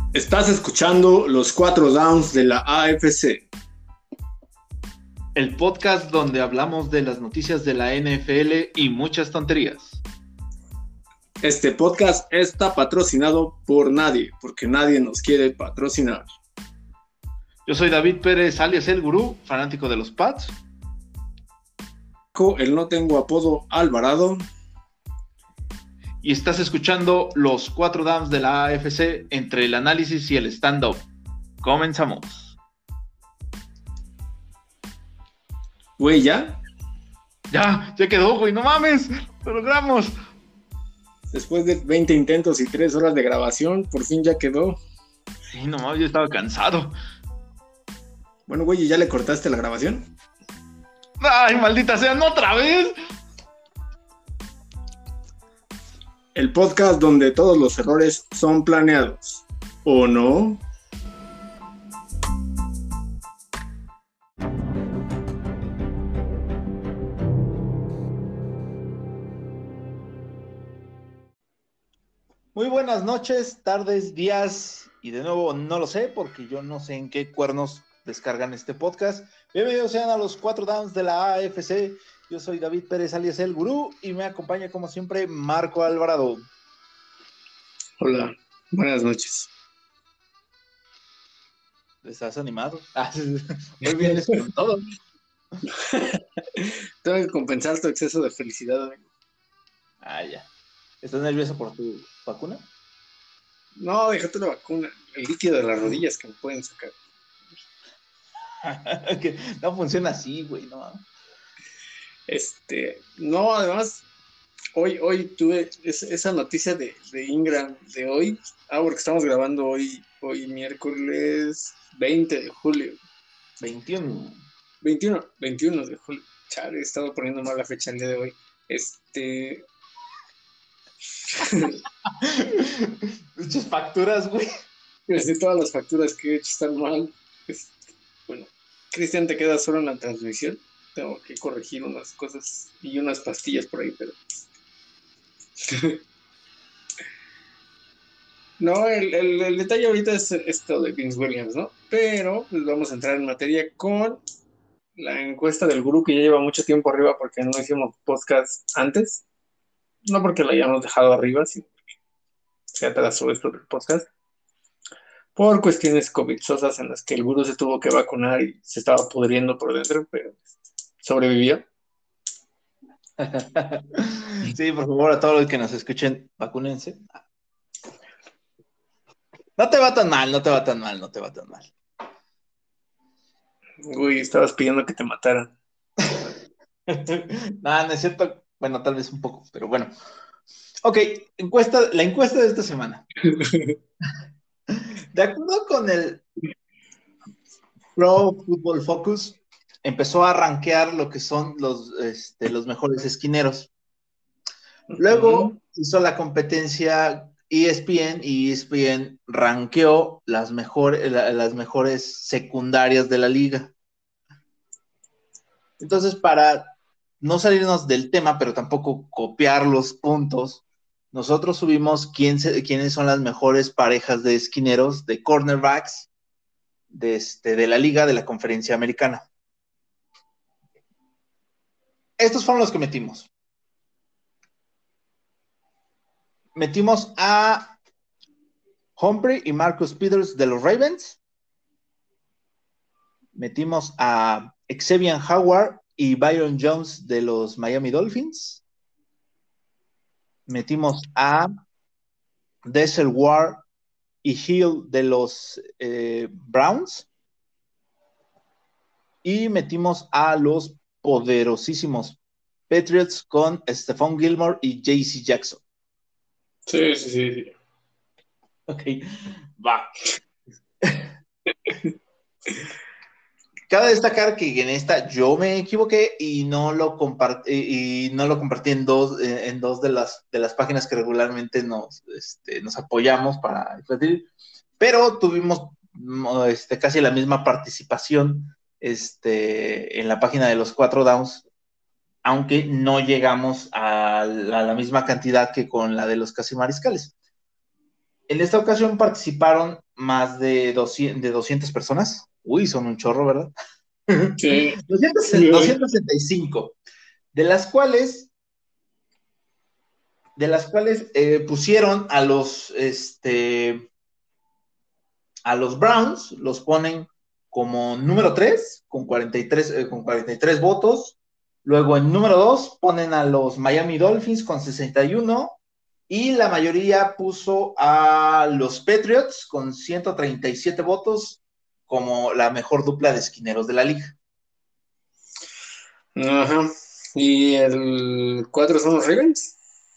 Estás escuchando los 4 downs de la AFC. El podcast donde hablamos de las noticias de la NFL y muchas tonterías. Este podcast está patrocinado por nadie, porque nadie nos quiere patrocinar. Yo soy David Pérez, alias El Gurú, fanático de los Pats. El no tengo apodo Alvarado. Y estás escuchando los 4 downs de la AFC entre el análisis y el stand-up. Comenzamos. Güey, ¿ya? Ya quedó, güey, no mames, lo logramos. Después de 20 intentos y 3 horas de grabación, por fin ya quedó. Sí, no mames, yo estaba cansado. Bueno, güey, ¿y ya le cortaste la grabación? Ay, maldita sea, no otra vez. El podcast donde todos los errores son planeados, ¿o no? Muy buenas noches, tardes, días, y de nuevo no lo sé porque yo no sé en qué cuernos descargan este podcast. Bienvenidos sean a los 4 downs de la AFC. Yo soy David Pérez, alias El Gurú, y me acompaña como siempre Marco Alvarado. Hola, buenas noches. ¿Estás animado? Hoy vienes con todo. Tengo que compensar tu exceso de felicidad, amigo. Ya. ¿Estás nervioso por tu vacuna? No, déjate la vacuna. El líquido de las rodillas que me pueden sacar. Que no funciona así, güey, no. No, además, hoy tuve esa noticia de Ingram de hoy. Porque estamos grabando hoy miércoles 20 de julio. 21 de julio. Chale, he estado poniendo mal la fecha el día de hoy. Muchas facturas, güey. Todas las facturas que he hecho están mal. Bueno, Cristian, te quedas solo en la transmisión. Tengo que corregir unas cosas y unas pastillas por ahí, pero... No, el detalle ahorita es esto de Vince Williams, ¿no? Pero pues vamos a entrar en materia con la encuesta del Gurú, que ya lleva mucho tiempo arriba porque no hicimos podcast antes. No porque la hayamos dejado arriba, sino porque se atrasó esto del podcast. Por cuestiones covidsosas en las que el Gurú se tuvo que vacunar y se estaba pudriendo por dentro, pero sobrevivió. Sí, por favor, a todos los que nos escuchen, vacúnense. No te va tan mal. Uy, estabas pidiendo que te mataran. No es cierto. Bueno, tal vez un poco, pero bueno. Ok, la encuesta de esta semana. De acuerdo con el Pro Football Focus, empezó a rankear lo que son los mejores esquineros. Luego hizo la competencia ESPN y ESPN rankeó las mejores secundarias de la liga. Entonces, para no salirnos del tema, pero tampoco copiar los puntos, nosotros subimos quiénes son las mejores parejas de esquineros, de cornerbacks, de la liga, de la conferencia americana. Estos fueron los que metimos. Metimos a Humphrey y Marcus Peters de los Ravens. Metimos a Xavier Howard y Byron Jones de los Miami Dolphins. Metimos a Denzel Ward y Hill de los Browns. Y metimos a los poderosísimos Patriots con Stephon Gilmore y JC Jackson. Sí. Ok, va. Cabe destacar que en esta yo me equivoqué y no lo compartí en dos de las páginas que regularmente nos apoyamos para discutir, pero tuvimos casi la misma participación en la página de los 4 downs, aunque no llegamos a la misma cantidad que con la de los casi mariscales. En esta ocasión participaron más de 200 personas. Uy, son un chorro, ¿verdad? Sí. 265, de las cuales pusieron a los Browns, los ponen como número 3 con 43 votos. Luego en número 2 ponen a los Miami Dolphins con 61 y la mayoría puso a los Patriots con 137 votos como la mejor dupla de esquineros de la liga. Ajá. ¿Y el 4 son los Ravens?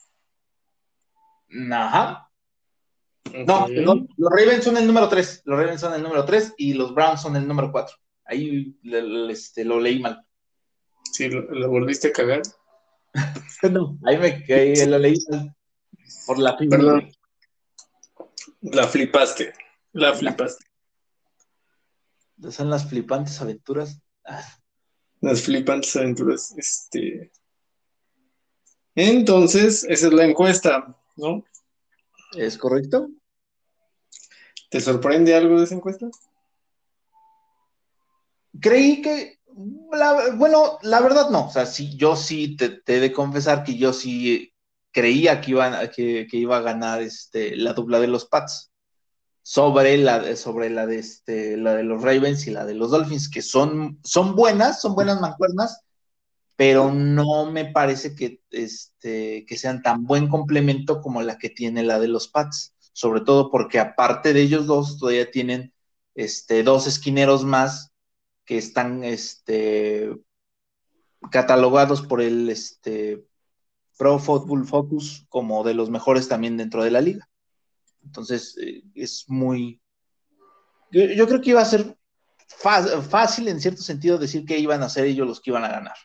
Ajá. No, Ok. perdón, los Ravens son el número 3. Los Ravens son el número 3 y los Browns son el número 4. Ahí lo leí mal. Sí, lo volviste a cagar. No, ahí lo leí mal por la Perdón, firma. la flipaste. La La- flipaste. Son las flipantes aventuras. Las flipantes aventuras. Entonces, esa es la encuesta, ¿no? ¿Es correcto? ¿Te sorprende algo de esa encuesta? Creí que, bueno, la verdad no. O sea, sí, yo sí te he de confesar que yo sí creía que iba a ganar la dupla de los Pats sobre la de los Ravens y la de los Dolphins, que son buenas mancuernas, pero no me parece que sean tan buen complemento como la que tiene la de los Pats, sobre todo porque aparte de ellos dos, todavía tienen dos esquineros más que están catalogados por el Pro Football Focus como de los mejores también dentro de la liga. Entonces, es muy... Yo creo que iba a ser fácil en cierto sentido decir que iban a ser ellos los que iban a ganar.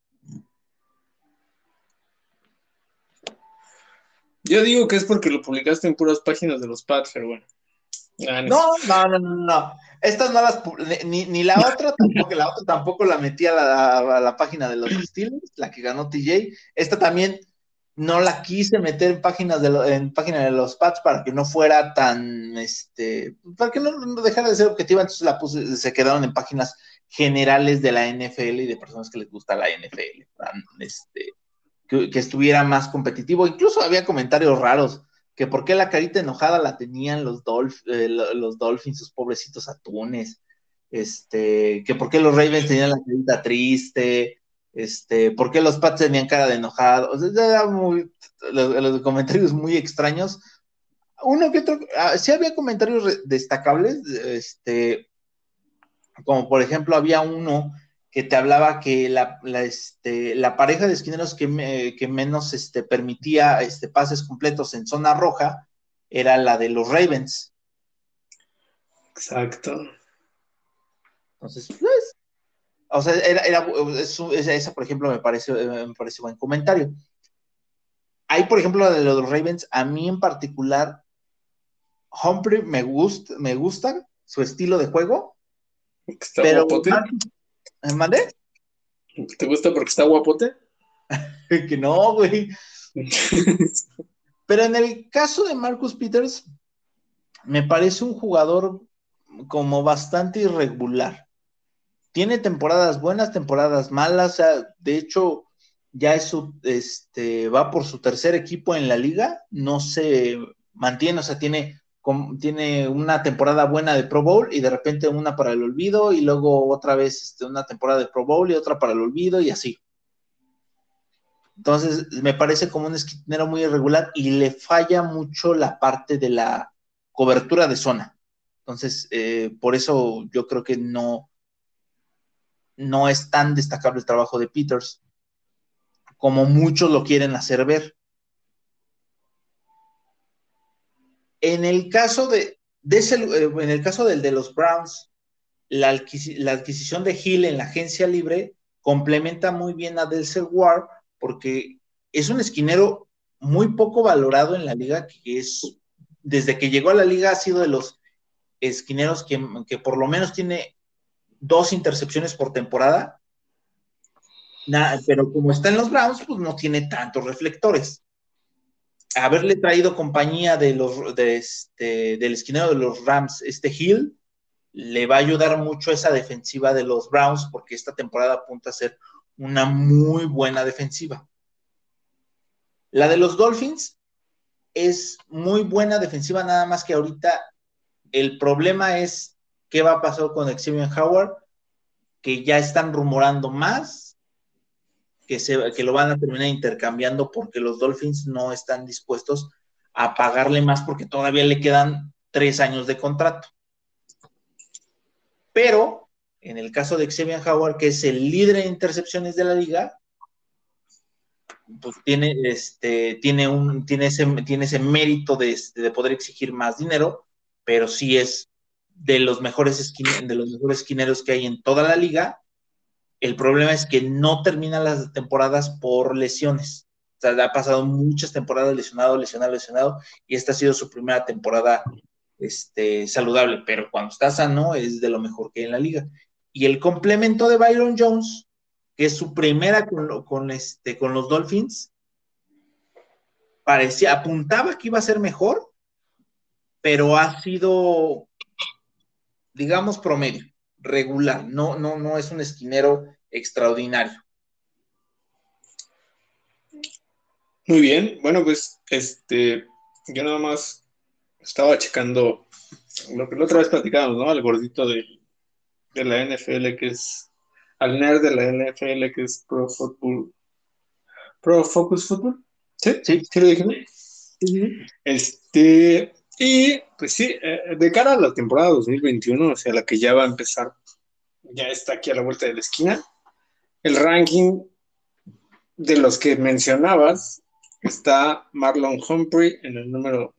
Yo digo que es porque lo publicaste en puras páginas de los Pats, pero bueno. Ah, no es No, cierto. no, no, no, no. Estas no las, ni la otra tampoco la metí a la página de los Steelers, la que ganó TJ. Esta también no la quise meter en página de los Pats para que no fuera tan, para que no dejara de ser objetiva, entonces la puse, se quedaron en páginas generales de la NFL y de personas que les gusta la NFL, para, que estuviera más competitivo. Incluso había comentarios raros, que por qué la carita enojada la tenían los Dolphins, sus pobrecitos atunes, que por qué los Ravens tenían la carita triste, por qué los Pats tenían cara de enojado. O sea, los comentarios muy extraños. Uno que otro, sí había comentarios destacables, como por ejemplo había uno que te hablaba que la pareja de esquineros que menos permitía pases completos en zona roja era la de los Ravens. Exacto. Entonces, pues, o sea, esa, por ejemplo, me parece buen comentario. Ahí, por ejemplo, la de los Ravens, a mí en particular, Humphrey me gusta su estilo de juego, ¿Está pero guapote? ¿me mandé? ¿Te gusta porque está guapote? Que no, güey. Pero en el caso de Marcus Peters, me parece un jugador como bastante irregular. Tiene temporadas buenas, temporadas malas. O sea, de hecho, ya va por su tercer equipo en la liga. No se mantiene, o sea, tiene una temporada buena de Pro Bowl y de repente una para el olvido y luego otra vez una temporada de Pro Bowl y otra para el olvido y así. Entonces, me parece como un esquinero muy irregular y le falla mucho la parte de la cobertura de zona. Entonces, por eso yo creo que no es tan destacable el trabajo de Peters como muchos lo quieren hacer ver. En el caso en el caso del de los Browns, la adquisición de Hill en la agencia libre complementa muy bien a Denzel Ward porque es un esquinero muy poco valorado en la liga, desde que llegó a la liga ha sido de los esquineros que por lo menos tiene 2 intercepciones por temporada, pero como está en los Browns, pues no tiene tantos reflectores. haberle traído compañía del esquinero de los Rams, Hill, le va a ayudar mucho a esa defensiva de los Browns, porque esta temporada apunta a ser una muy buena defensiva. La de los Dolphins es muy buena defensiva, nada más que ahorita el problema es qué va a pasar con Xavier Howard, que ya están rumorando más, que lo van a terminar intercambiando porque los Dolphins no están dispuestos a pagarle más porque todavía le quedan 3 años de contrato. Pero en el caso de Xavier Howard, que es el líder de intercepciones de la liga, pues tiene ese mérito de poder exigir más dinero, pero sí es de los mejores esquineros que hay en toda la liga. El problema es que no termina las temporadas por lesiones. O sea, ha pasado muchas temporadas lesionado, y esta ha sido su primera temporada saludable, pero cuando está sano es de lo mejor que hay en la liga. Y el complemento de Byron Jones, que es su primera con los Dolphins, apuntaba que iba a ser mejor, pero ha sido, digamos, promedio, regular. No es un esquinero extraordinario. Muy bien, bueno, pues yo nada más estaba checando lo que la otra vez platicábamos, ¿no? Al gordito de la NFL, al nerd de la NFL, que es Pro Focus Football. ¿Sí? Sí. ¿Sí lo dije? Y pues sí, de cara a la temporada 2021, o sea, la que ya va a empezar, ya está aquí a la vuelta de la esquina, el ranking de los que mencionabas está Marlon Humphrey en el número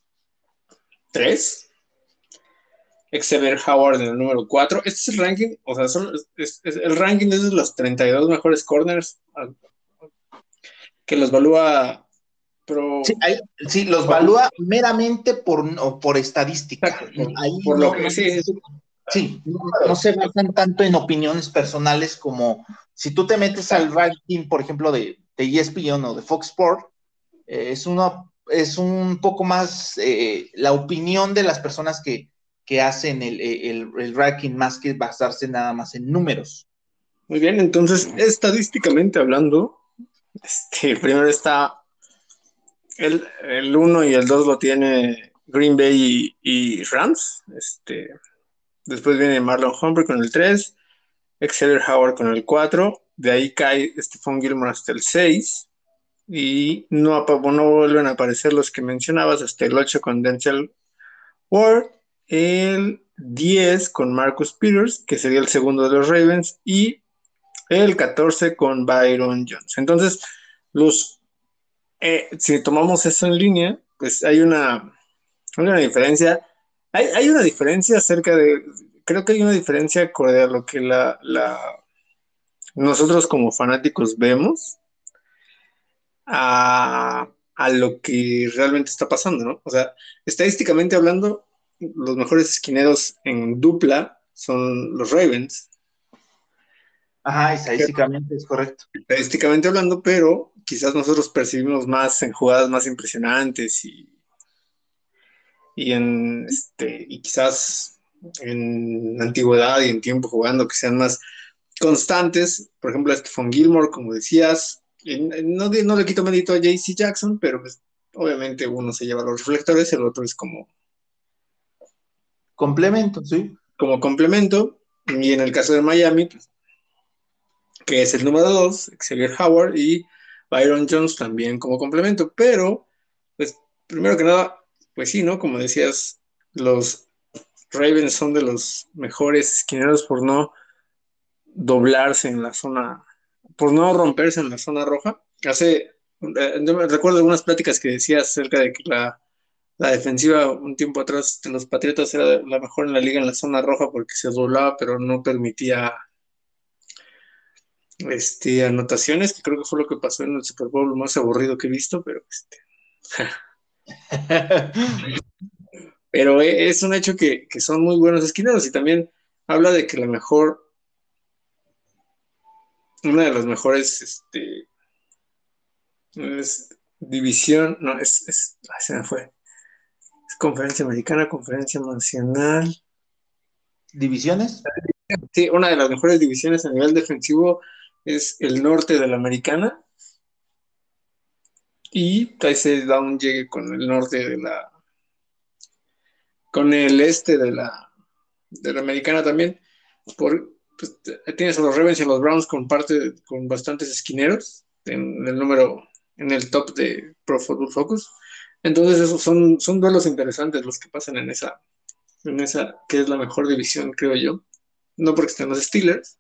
3, Xavier Howard en el número 4. Este es el ranking, o sea, el ranking es de los 32 mejores corners que los evalúa Sí, los evalúa meramente por estadística. Exacto, Ahí por lo que sí. No se basan tanto en opiniones personales como si tú te metes al ranking, por ejemplo, de ESPN o de Fox Sports, es un poco más la opinión de las personas que hacen el ranking, más que basarse nada más en números. Muy bien, entonces, estadísticamente hablando, primero está el 1 y el 2 lo tiene Green Bay y Rams. Después viene Marlon Humphrey con el 3, Xavier Howard con el 4, de ahí cae Stephon Gilmore hasta el 6, y no vuelven a aparecer los que mencionabas, hasta el 8 con Denzel Ward, el 10 con Marcus Peters, que sería el segundo de los Ravens, y el 14 con Byron Jones. Entonces, si tomamos eso en línea, pues hay una diferencia. Hay una diferencia creo que hay una diferencia acorde a lo que nosotros como fanáticos vemos a lo que realmente está pasando, ¿no? O sea, estadísticamente hablando, los mejores esquineros en dupla son los Ravens. Ajá, estadísticamente es correcto. Estadísticamente hablando, pero quizás nosotros percibimos más en jugadas más impresionantes y quizás en antigüedad y en tiempo jugando que sean más constantes. Por ejemplo, Stephon Gilmore, como decías, no le quito mérito a JC Jackson, pero pues obviamente uno se lleva los reflectores, el otro es complemento, sí. Como complemento. Y en el caso de Miami, pues, que es el número 2, Xavier Howard y Byron Jones también como complemento. Pero, pues, primero que nada, pues sí, ¿no? Como decías, los Ravens son de los mejores esquineros por no doblarse en la zona, por no romperse en la zona roja. Yo me recuerdo algunas pláticas que decías acerca de que la defensiva un tiempo atrás de los Patriotas era la mejor en la liga en la zona roja porque se doblaba, pero no permitía anotaciones, que creo que fue lo que pasó en el Super Bowl más aburrido que he visto, pero es un hecho que son muy buenos esquineros, y también habla de que una de las mejores división, no, se me fue. Es conferencia americana, conferencia nacional. ¿Divisiones? Sí, una de las mejores divisiones a nivel defensivo es el norte de la americana y ahí se da un llegue con el norte con el este de la americana también. Pues, tienes a los Ravens y a los Browns con bastantes esquineros en el top de Pro Football Focus. Entonces esos son duelos interesantes los que pasan en esa que es la mejor división, creo yo. No porque estén los Steelers,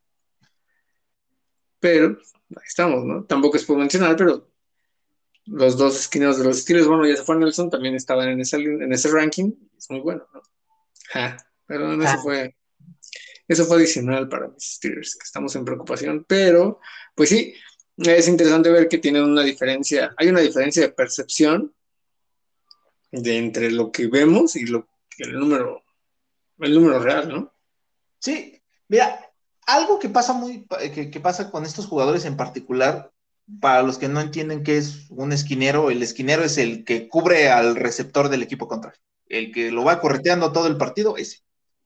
pero ahí estamos, ¿no? Tampoco es por mencionar, pero los dos esquineros de los Steelers, bueno, ya se fue Nelson, también estaban en ese ranking, es muy bueno, ¿no? Ja, pero eso fue adicional para mis Steelers, que estamos en preocupación, pero pues sí, es interesante ver que tienen una diferencia, hay una diferencia de percepción de entre lo que vemos y el número real, ¿no? Sí, mira, algo que pasa con estos jugadores en particular, para los que no entienden qué es un esquinero, el esquinero es el que cubre al receptor del equipo contrario, el que lo va correteando todo el partido, ese.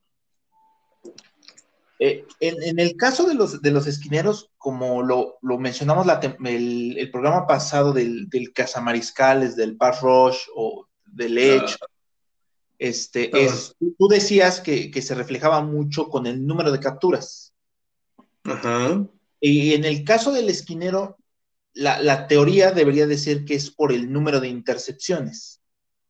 En el caso de los esquineros, como lo mencionamos el programa pasado del cazamariscales, del pass rush o del edge, Ah, perdón. tú decías que se reflejaba mucho con el número de capturas. Ajá. Y en el caso del esquinero, la teoría debería decir que es por el número de intercepciones.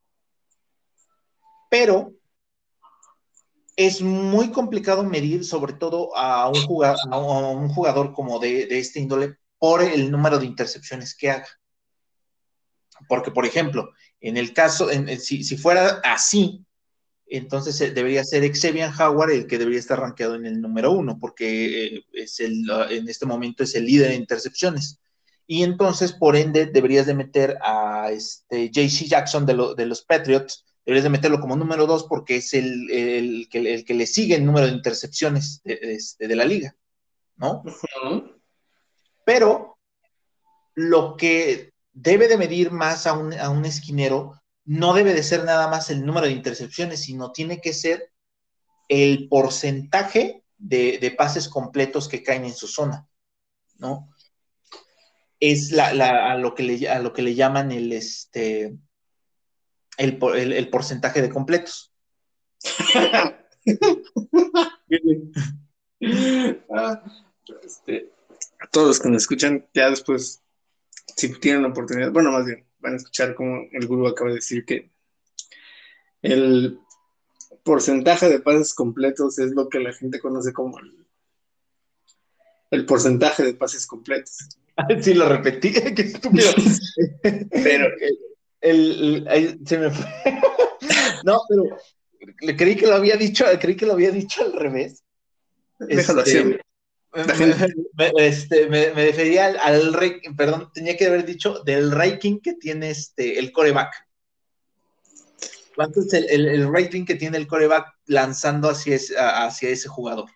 Pero es muy complicado medir, sobre todo a un jugador como de este índole, por el número de intercepciones que haga. Porque, por ejemplo, en el caso, si fuera así, entonces debería ser Xavier Howard el que debería estar rankeado en el número 1, porque en este momento es el líder de intercepciones. Y entonces, por ende, deberías de meter a J.C. Jackson de los Patriots, deberías de meterlo como número 2 porque es el que le sigue el número de intercepciones de la liga, ¿no? Ajá. Pero lo que debe de medir más a un esquinero no debe de ser nada más el número de intercepciones, sino tiene que ser el porcentaje de pases completos que caen en su zona, ¿no? Es a lo que le llaman el porcentaje de completos. Ah, este, a todos los que nos escuchan, ya después, si tienen la oportunidad, bueno, más bien, van a escuchar como el gurú acaba de decir que el porcentaje de pases completos es lo que la gente conoce como el porcentaje de pases completos. Sí, lo repetí, qué estúpido. Pero, Se me fue. No, pero creí que lo había dicho al revés. déjalo así, Este, amigo. La gente. me refería al perdón, tenía que haber dicho del ranking que tiene el coreback. ¿Cuánto es el rating que tiene el coreback lanzando hacia ese jugador?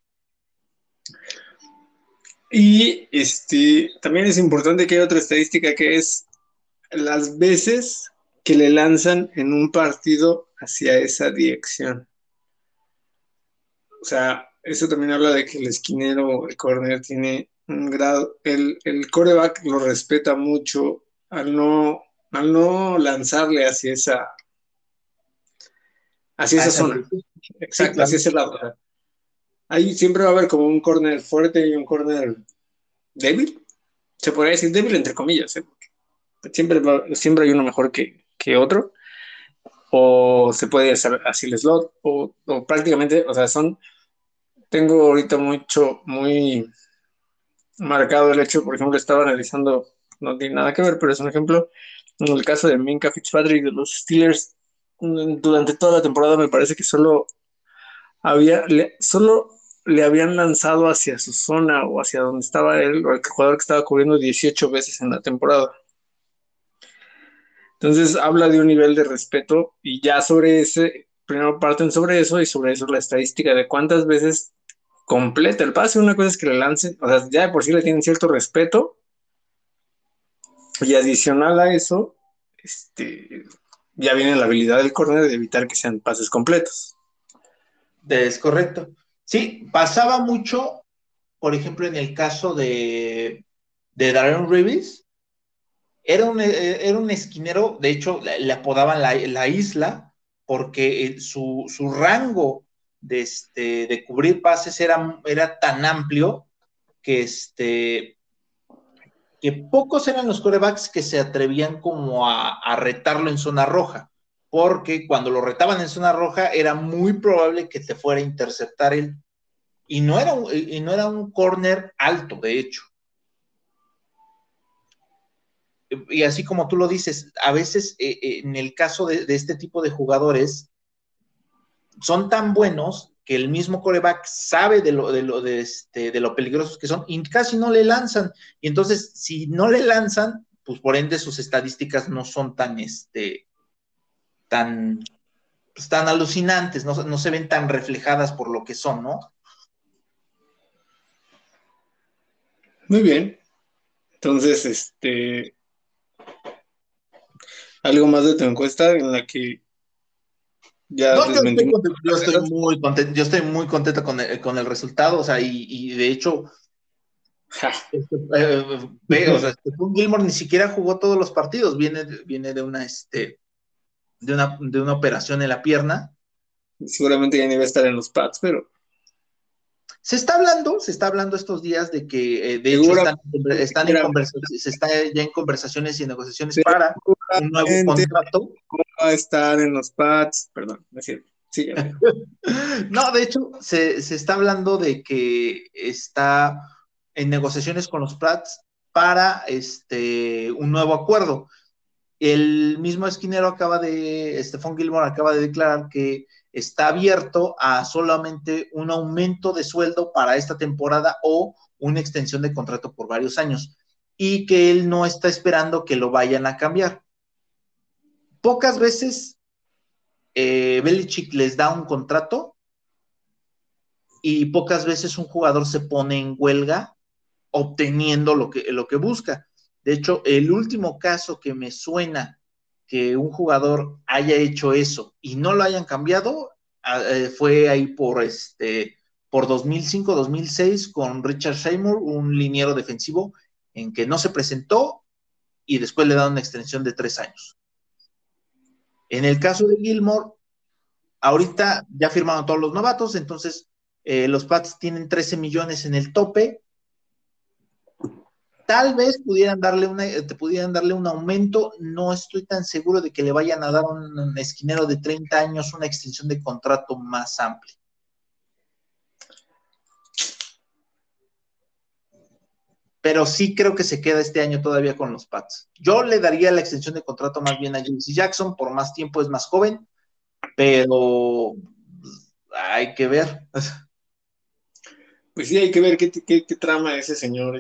Y también es importante que hay otra estadística que es las veces que le lanzan en un partido hacia esa dirección. O sea, eso también habla de que el esquinero, el corner, tiene un grado, el coreback lo respeta mucho al no lanzarle hacia esa Esa zona. dirección. Sí, Exacto, claro. hacia ese lado. O sea, ahí siempre va a haber como un corner fuerte y un corner débil. Se podría decir débil entre comillas, ¿eh? Siempre hay uno mejor que otro. O se puede hacer así el slot, o prácticamente, o sea, tengo ahorita muy marcado el hecho, por ejemplo, estaba analizando, no tiene nada que ver, pero es un ejemplo, en el caso de Minka Fitzpatrick de los Steelers, durante toda la temporada me parece que solo le habían lanzado hacia su zona o hacia donde estaba él, o el jugador que estaba cubriendo 18 veces en la temporada. Entonces habla de un nivel de respeto y ya sobre ese, primero parten sobre eso y sobre eso la estadística de cuántas veces completa el pase. Una cosa es que le lancen, o sea, ya de por sí le tienen cierto respeto y adicional a eso, ya viene la habilidad del corner de evitar que sean pases completos. Es correcto. Sí, pasaba mucho, por ejemplo, en el caso de Darren Reeves, era un esquinero, de hecho, le apodaban la isla, porque su rango de cubrir pases era tan amplio que, que pocos eran los quarterbacks que se atrevían como a retarlo en zona roja, porque cuando lo retaban en zona roja era muy probable que te fuera a interceptar él. Y no era un corner alto, de hecho. Y así como tú lo dices, a veces en el caso de este tipo de jugadores, son tan buenos que el mismo coreback sabe de lo peligrosos que son y casi no le lanzan. Y entonces, si no le lanzan, pues por ende sus estadísticas no son tan alucinantes, no se ven tan reflejadas por lo que son, ¿no? Muy bien. Entonces, algo más de tu encuesta en la que ya No, desmentimos. yo estoy muy contento con el resultado, o sea, y de hecho, Ja. o sea, Gilmore ni siquiera jugó todos los partidos, viene de una operación en la pierna. Seguramente ya ni va a estar en los pads, pero Se está hablando estos días de que, de hecho, seguramente se está ya en conversaciones y negociaciones para un nuevo contrato. va a estar en los pads. Perdón, no es cierto. Sí, No, de hecho, se está hablando de que está en negociaciones con los Pats para un nuevo acuerdo. El mismo esquinero Stephon Gilmore acaba de declarar que está abierto a solamente un aumento de sueldo para esta temporada o una extensión de contrato por varios años y que él no está esperando que lo vayan a cambiar. Pocas veces Belichick les da un contrato y pocas veces un jugador se pone en huelga obteniendo lo que busca. De hecho, el último caso que me suena que un jugador haya hecho eso y no lo hayan cambiado fue ahí por 2005-2006 con Richard Seymour, un liniero defensivo en que no se presentó y después le dan una extensión de 3 años. En el caso de Gilmore, ahorita ya firmaron todos los novatos, entonces los Pats tienen 13 millones en el tope. Tal vez pudieran darle un aumento, no estoy tan seguro de que le vayan a dar un esquinero de 30 años una extensión de contrato más amplia. Pero sí creo que se queda este año todavía con los Pats. Yo le daría la extensión de contrato más bien a JC Jackson, por más tiempo es más joven, pero hay que ver. pues sí, hay que ver qué trama ese señor,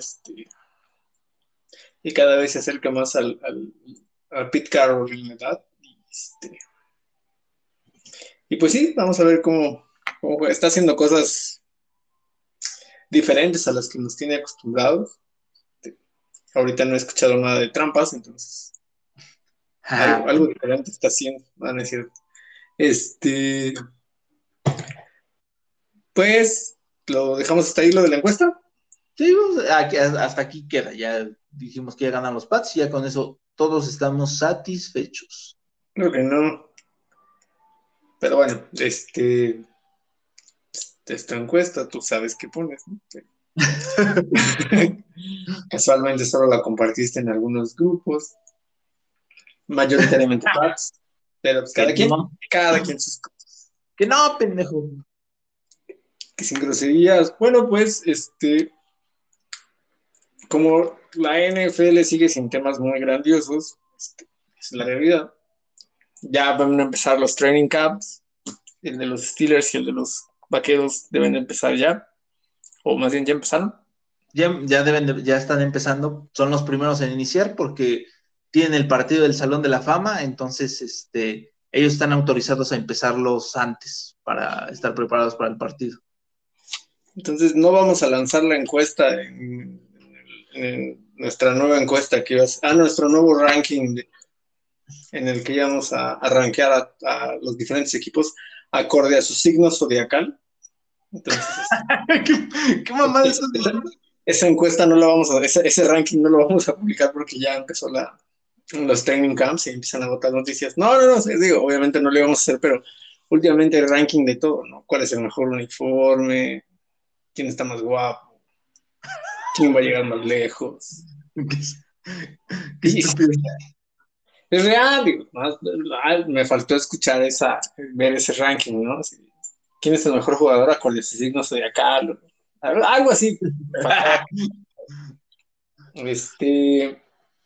y cada vez se acerca más a Pete Carroll en la edad. Y pues sí, vamos a ver cómo está haciendo cosas diferentes a las que nos tiene acostumbrados. Ahorita no he escuchado nada de trampas, entonces algo diferente está haciendo, van a decir. Pues lo dejamos hasta ahí lo de la encuesta. Sí, hasta aquí queda. Ya dijimos que ya ganan los Pats y ya con eso todos estamos satisfechos. Creo que no. Pero bueno, esta encuesta, tú sabes qué pones, ¿no? Casualmente solo la compartiste en algunos grupos, mayoritariamente Pats, pero pues cada quien sus cosas. Que no, pendejo. Que sin groserías. Bueno, pues, como la NFL sigue sin temas muy grandiosos, es la realidad. Ya van a empezar los training camps, el de los Steelers y el de los Vaqueros deben de empezar ya, o más bien ya empezaron. Ya están empezando, son los primeros en iniciar porque tienen el partido del Salón de la Fama, entonces ellos están autorizados a empezarlos antes para estar preparados para el partido. Entonces no vamos a lanzar la encuesta en nuestra nueva encuesta nuestro nuevo ranking en el que íbamos a rankear a los diferentes equipos acorde a su signo zodiacal. Entonces, ¿Qué mamada estás esa, diciendo? esa encuesta no la vamos a, ese ranking no lo vamos a publicar porque ya empezó los training camps y empiezan a botar noticias. No, no, no, digo, obviamente no lo íbamos a hacer, pero últimamente el ranking de todo, ¿no? ¿Cuál es el mejor uniforme? ¿Quién está más guapo? ¿Quién va a llegar más lejos? Qué Y estúpido. es real, digo, ¿no? Me faltó escuchar ver ese ranking, ¿no? Así, ¿quién es el mejor jugador acorde a su signo zodiacal? Algo así faltaba. Este,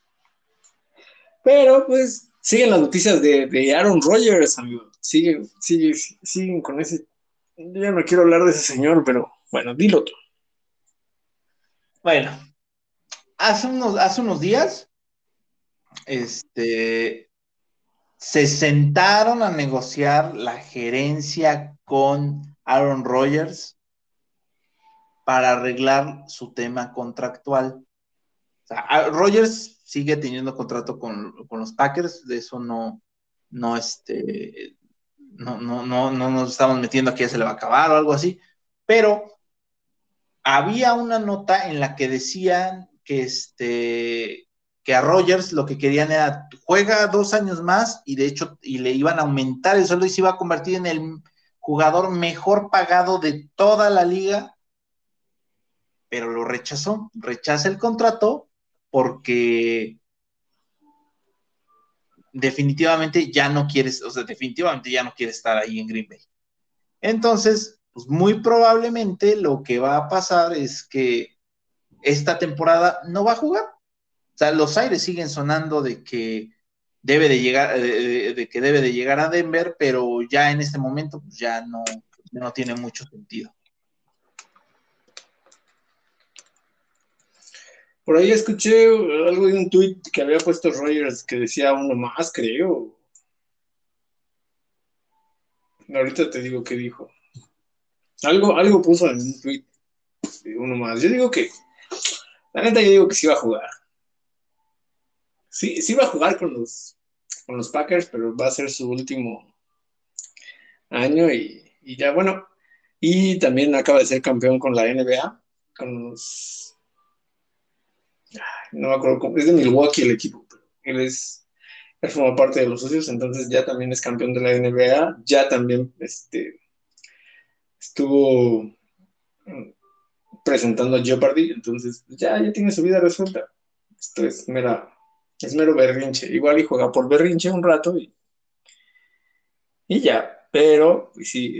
pero pues siguen las noticias de Aaron Rodgers, amigo. Siguen con ese. Yo ya no quiero hablar de ese señor, pero bueno, dilo tú. Bueno, hace unos días, este, se sentaron a negociar la gerencia con Aaron Rodgers para arreglar su tema contractual. O sea, Rodgers sigue teniendo contrato con los Packers, de eso no, no nos estamos metiendo aquí, ya se le va a acabar o algo así, pero había una nota en la que decían que a Rodgers lo que querían era juega 2 años más y de hecho y le iban a aumentar el sueldo y se iba a convertir en el jugador mejor pagado de toda la liga, pero lo rechaza el contrato porque definitivamente ya no quieres, o sea, definitivamente ya no quiere estar ahí en Green Bay. Entonces, pues muy probablemente lo que va a pasar es que esta temporada no va a jugar. O sea, los aires siguen sonando de que debe de llegar, de que debe de llegar a Denver, pero ya en este momento pues ya no tiene mucho sentido. Por ahí escuché algo de un tweet que había puesto Rogers que decía uno más, creo. Ahorita te digo qué dijo. Algo puso en un tweet de uno más. Yo digo que, la neta, yo digo que sí va a jugar. Sí, sí va a jugar con los Packers, pero va a ser su último año y ya, bueno. Y también acaba de ser campeón con la NBA, con los, no me acuerdo cómo, es de Milwaukee el equipo, pero él forma parte de los socios, entonces ya también es campeón de la NBA, ya también estuvo presentando Jeopardy, entonces ya tiene su vida resuelta. Esto es mero berrinche. Igual y juega por berrinche un rato y ya, pero pues sí,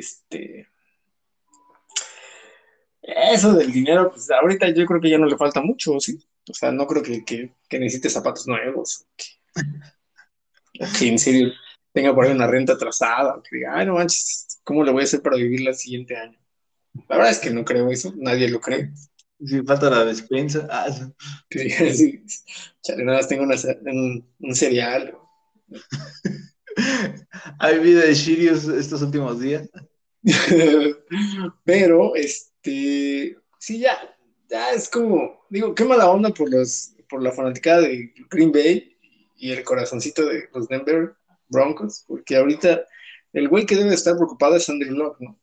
eso del dinero, pues ahorita yo creo que ya no le falta mucho, sí. O sea, no creo que necesite zapatos nuevos, o que en serio tenga por ahí una renta atrasada, o que diga, ay, no manches, ¿cómo le voy a hacer para vivir el siguiente año? La verdad es que no creo eso, nadie lo cree. Si falta la despensa. Que diga, sí, chale, nada más tengo un cereal. ¿Hay vida de Sirius estos últimos días? Pero, sí, ya es como, digo, qué mala onda por la fanaticada de Green Bay y el corazoncito de los Denver Broncos, porque ahorita el güey que debe estar preocupado es Andrew Luck, ¿no?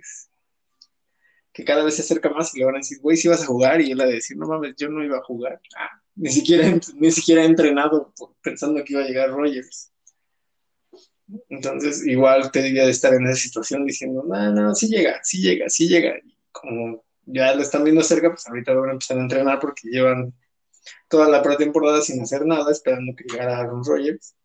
Que cada vez se acerca más y le van a decir, güey, si vas a jugar, y él va a decir, no mames, yo no iba a jugar. Ni siquiera he entrenado pensando que iba a llegar Rogers. Entonces, igual te debía de estar en esa situación diciendo, no, no, sí llega, sí llega, sí llega. Y como ya lo están viendo cerca, pues ahorita van a empezar a entrenar porque llevan toda la pretemporada sin hacer nada, esperando que llegara Aaron Rodgers.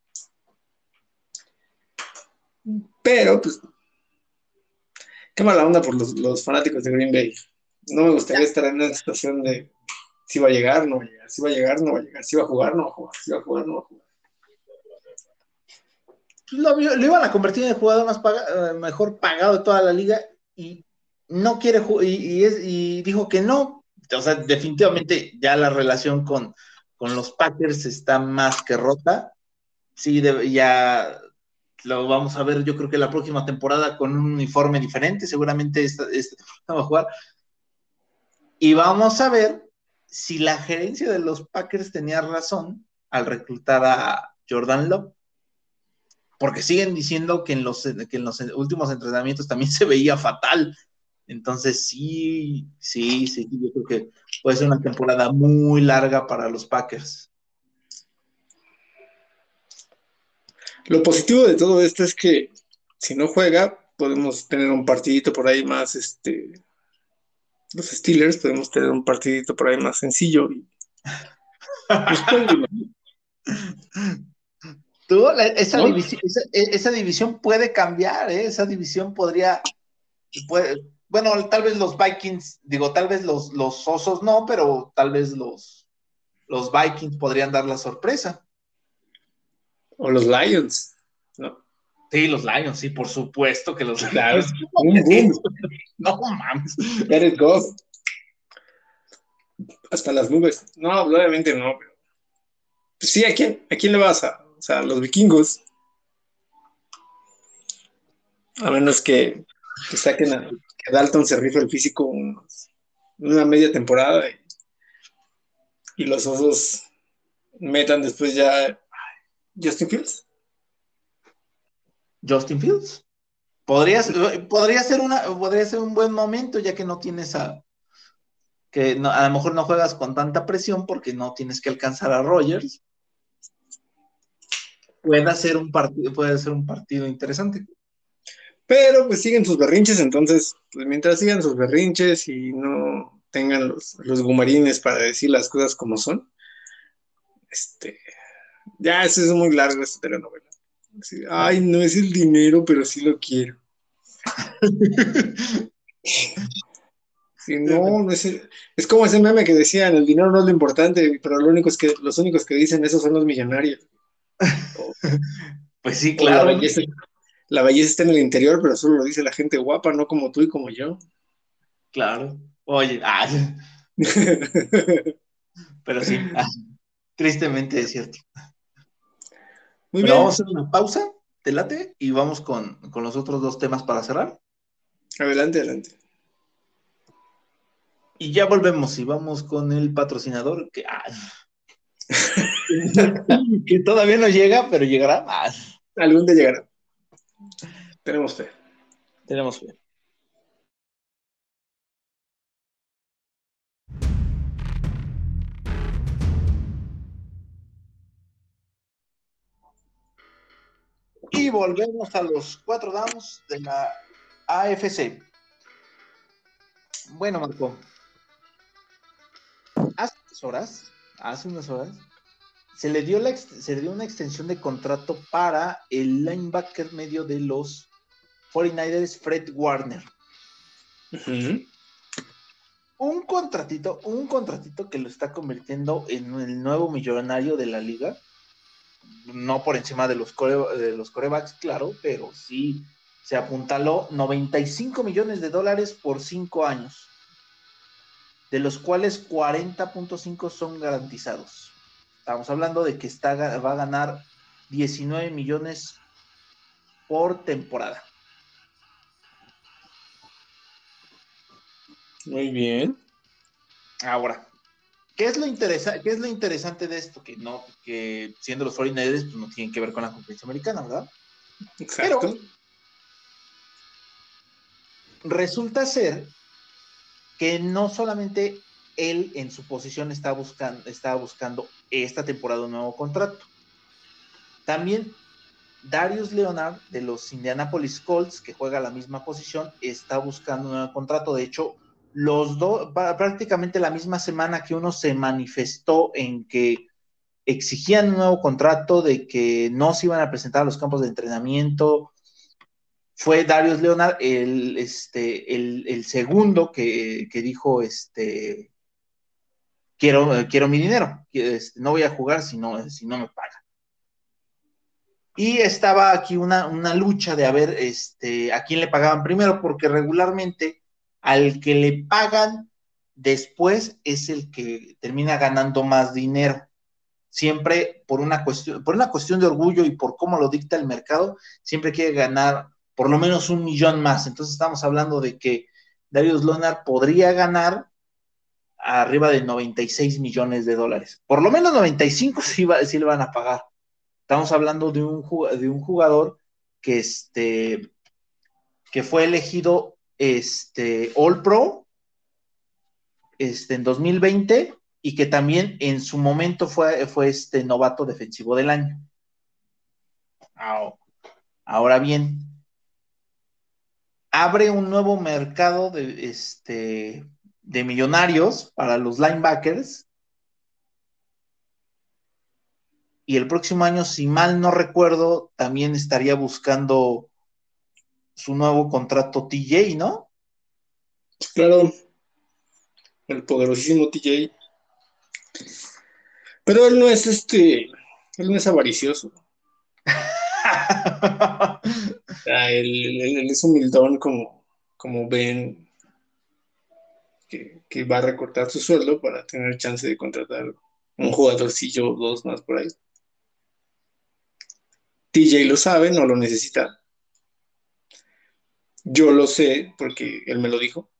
Pero, pues, qué mala onda por los fanáticos de Green Bay. No me gustaría estar en una situación de si va a llegar, no va a llegar, si va a llegar, no va a llegar, si va a jugar, no va a jugar, si va a jugar, no va a jugar. Pues lo iban a convertir en el jugador mejor pagado de toda la liga y no quiere y dijo que no. O sea, definitivamente ya la relación con los Packers está más que rota. Sí, ya lo vamos a ver, yo creo que la próxima temporada con un uniforme diferente, seguramente esta vamos a jugar. Y vamos a ver si la gerencia de los Packers tenía razón al reclutar Jordan Love, porque siguen diciendo que en los últimos entrenamientos también se veía fatal. Entonces sí, yo creo que puede ser una temporada muy larga para los Packers. Lo positivo de todo esto es que si no juega, podemos tener un partidito por ahí más, los Steelers podemos tener un partidito por ahí más sencillo y pues jueguen, Esa, ¿no? esa división puede cambiar, ¿eh? Esa división bueno, tal vez los Vikings, digo, tal vez los Osos no, pero tal vez los Vikings podrían dar la sorpresa. O los Lions, ¿no? Sí, los Lions, sí, por supuesto que los Claro, Lions. boom, boom, No mames. Jared Goff, hasta las nubes. No, obviamente no, pero pues sí, ¿a quién le vas a? O sea, los vikingos, a menos que saquen que Dalton se rife el físico una media temporada y los osos metan después ya Justin Fields. Justin Fields. Podría ser un buen momento, ya que no tienes a lo mejor no juegas con tanta presión porque no tienes que alcanzar a Rodgers. Puede ser un partido interesante. Pero pues siguen sus berrinches, entonces, pues mientras sigan sus berrinches y no tengan los gumarines para decir las cosas como son, este, ya eso es muy largo esta telenovela. Así, ay, no es el dinero, pero sí lo quiero. Sí, no, no es como ese meme que decían, el dinero no es lo importante, pero los únicos que dicen eso son los millonarios. O, Pues sí, o claro, la belleza está en el interior, pero solo lo dice la gente guapa, no como tú y como yo. claro. Oye, pero sí, tristemente es cierto. Muy Pero bien, vamos a hacer una pausa, te late, y vamos con los otros dos temas para cerrar. adelante, adelante. Y ya volvemos y vamos con el patrocinador que todavía no llega, pero llegará más. Algún día llegará. Tenemos fe. Tenemos fe. Y volvemos a los 4 downs de la AFC. Bueno, Marco, hace unas horas, se le dio una extensión de contrato para el linebacker medio de los 49ers, Fred Warner. Uh-huh. Un contratito que lo está convirtiendo en el nuevo millonario de la liga. No por encima de los corebacks, claro, pero sí se apuntaló $95 millones por 5 años, de los cuales 40.5 son garantizados. Estamos hablando de que va a ganar 19 millones por temporada. Muy bien. Ahora, ¿qué es lo interesante de esto? Que siendo los 49ers, pues no tienen que ver con la conferencia americana, ¿verdad? Exacto. Pero resulta ser que no solamente él en su posición estaba buscando esta temporada un nuevo contrato. También Darius Leonard de los Indianapolis Colts, que juega la misma posición, está buscando un nuevo contrato. De hecho, los dos, prácticamente la misma semana que uno se manifestó en que exigían un nuevo contrato, de que no se iban a presentar a los campos de entrenamiento, fue Darius Leonard el segundo que dijo, quiero mi dinero, no voy a jugar si no me pagan. Y estaba aquí una lucha de a ver a quién le pagaban primero, porque regularmente al que le pagan después es el que termina ganando más dinero. Siempre por una cuestión de orgullo y por cómo lo dicta el mercado, siempre quiere ganar por lo menos 1 millón más. Entonces estamos hablando de que Darius Leonard podría ganar arriba de $96 millones. Por lo menos 95 sí le van a pagar. Estamos hablando de un jugador que, que fue elegido All Pro en 2020 y que también en su momento fue novato defensivo del año. Ahora bien, abre un nuevo mercado de millonarios para los linebackers. Y el próximo año, si mal no recuerdo, también estaría buscando su nuevo contrato TJ, ¿no? Claro, el poderosísimo TJ. Pero él no es avaricioso. Sea, él es humildón como Ben, que va a recortar su sueldo para tener chance de contratar un jugadorcillo o dos más por ahí. TJ lo sabe, no lo necesita. Yo lo sé porque él me lo dijo.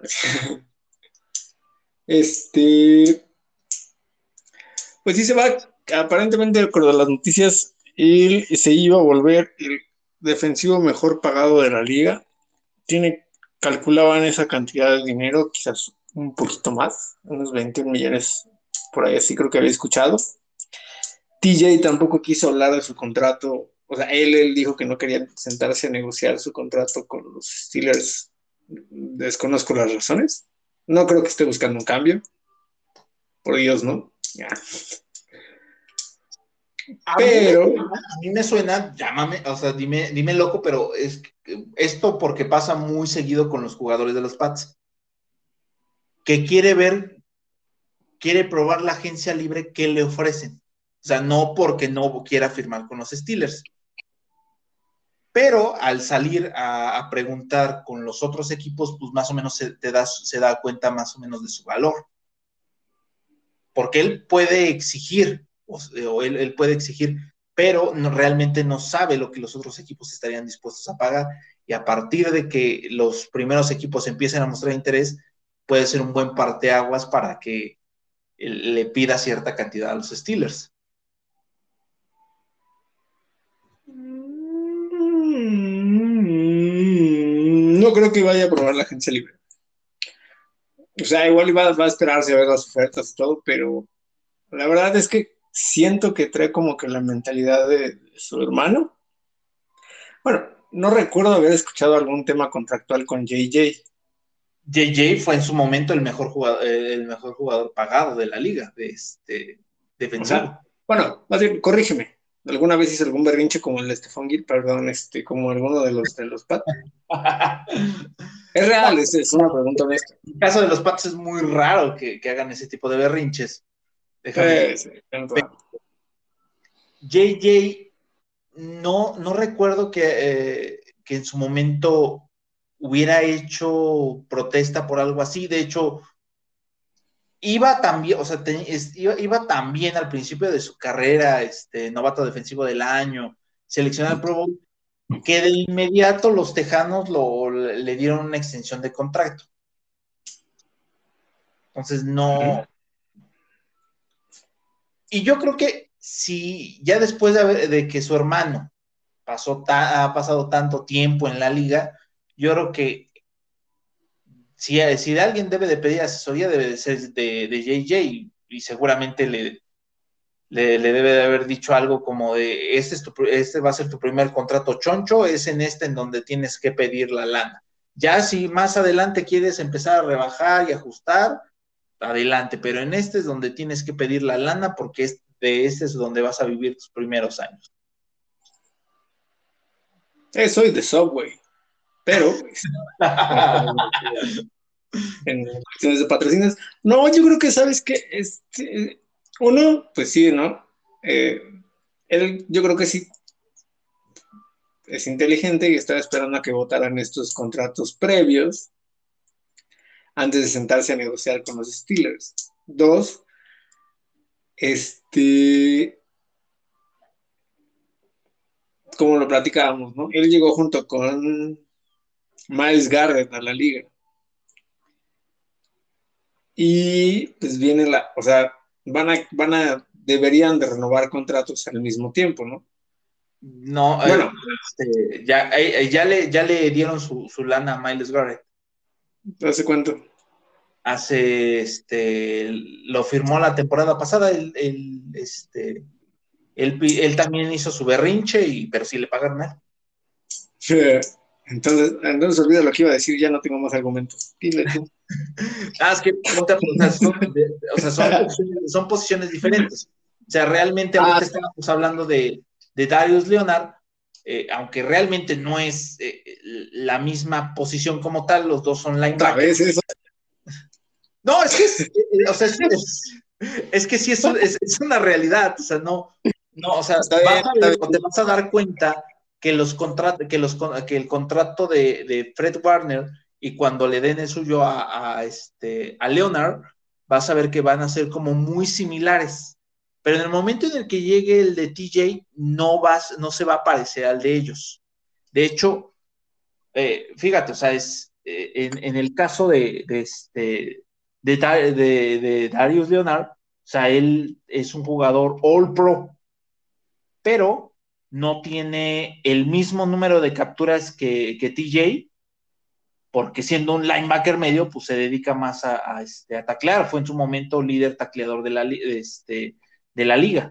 Este, pues sí se va, aparentemente, de acuerdo a las noticias, él se iba a volver el defensivo mejor pagado de la liga. Calculaban esa cantidad de dinero, quizás un poquito más, unos 21 millones, por ahí así creo que había escuchado. TJ tampoco quiso hablar de su contrato, o sea, él dijo que no quería sentarse a negociar su contrato con los Steelers. Desconozco las razones. No creo que esté buscando un cambio. Por Dios, ¿no? Ya. Pero A mí me suena, llámame, o sea, dime loco, pero es esto porque pasa muy seguido con los jugadores de los Pats, que quiere probar la agencia libre que le ofrecen. O sea, no porque no quiera firmar con los Steelers. Pero al salir a preguntar con los otros equipos, pues más o menos se da cuenta más o menos de su valor. Porque él puede exigir, o él puede exigir, pero realmente no sabe lo que los otros equipos estarían dispuestos a pagar. Y a partir de que los primeros equipos empiecen a mostrar interés, puede ser un buen parteaguas para que le pida cierta cantidad a los Steelers. no creo que vaya a probar la agencia libre. O sea, igual va a esperarse a ver las ofertas y todo, pero la verdad es que siento que trae como que la mentalidad de su hermano. Bueno, no recuerdo haber escuchado algún tema contractual con JJ. JJ fue en su momento el mejor jugador pagado de la liga, O defensivo. sea, bueno, más bien, corrígeme. ¿Alguna vez hice algún berrinche como el de Stephon Gil? Perdón, como alguno de los Pat. Es No, real, es una pregunta honesta. en el caso de los Pats es muy raro que hagan ese tipo de berrinches. Déjame. Sí, es raro. JJ, no recuerdo que en su momento hubiera hecho protesta por algo así. De hecho, iba también, o sea, iba también al principio de su carrera, novato defensivo del año, seleccionado al Pro Bowl, que de inmediato los Tejanos le dieron una extensión de contrato. Entonces, no. Y yo creo que si ya después de que su hermano ha pasado tanto tiempo en la liga, yo creo que si de alguien debe de pedir asesoría, debe de ser de JJ, y seguramente le debe de haber dicho algo como de, este va a ser tu primer contrato choncho, es en donde tienes que pedir la lana. Ya si más adelante quieres empezar a rebajar y ajustar, adelante, pero en este es donde tienes que pedir la lana porque este es donde vas a vivir tus primeros años. Soy de Subway, pero en cuestiones de patrocinios, no, yo creo que sabes que uno, pues sí, ¿no? Eh, yo creo que sí es inteligente y estaba esperando a que votaran estos contratos previos antes de sentarse a negociar con los Steelers. Dos, como lo platicábamos, ¿no? Él llegó junto con Miles Garrett a la liga. Y pues viene o sea, van a deberían de renovar contratos al mismo tiempo, ¿no? No, Bueno, ya le dieron su lana a Miles Garrett. ¿hace cuánto? Lo firmó la temporada pasada, él también hizo su berrinche, pero sí le pagaron a él. Entonces olvida lo que iba a decir, ya no tengo más argumentos. Dile tú. Es que ponte a pensar, son posiciones diferentes. O sea, realmente ahorita estábamos hablando de Darius Leonard, aunque realmente no es la misma posición como tal, los dos son Otra vez linebackers. eso. No, es que o sea, es que sí es una realidad, o sea, no, o sea, Está bien, está bien. te vas a dar cuenta que que el contrato de Fred Warner y cuando le den el suyo a Leonard, vas a ver que van a ser como muy similares. Pero en el momento en el que llegue el de TJ, no se va a parecer al de ellos. De hecho, fíjate, o sea, en el caso de Darius Leonard, o sea, él es un jugador All Pro, pero no tiene el mismo número de capturas que TJ, porque siendo un linebacker medio, pues se dedica más a taclear. Fue en su momento líder tacleador de la liga.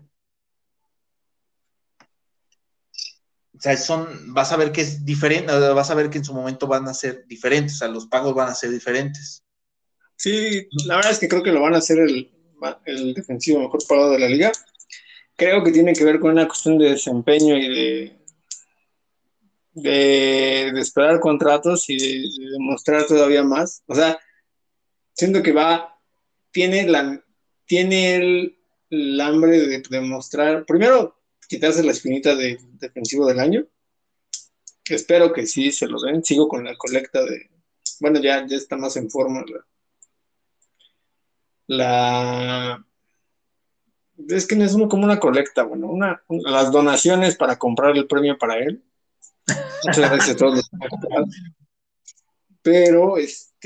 O sea, vas a ver que es diferente, vas a ver que en su momento van a ser diferentes, o sea, los pagos van a ser diferentes. Sí, la verdad es que creo que lo van a hacer el defensivo mejor pagado de la liga. Creo que tiene que ver con una cuestión de desempeño y de esperar contratos y de demostrar todavía más. O sea, siento que tiene tiene el hambre de demostrar, primero, quitarse la espinita de defensivo del año. Espero que sí se lo den. Sigo con la colecta bueno, ya está más en forma la es que no es como una colecta, bueno, las donaciones para comprar el premio para él. Muchas gracias a todos los que han comprado. Pero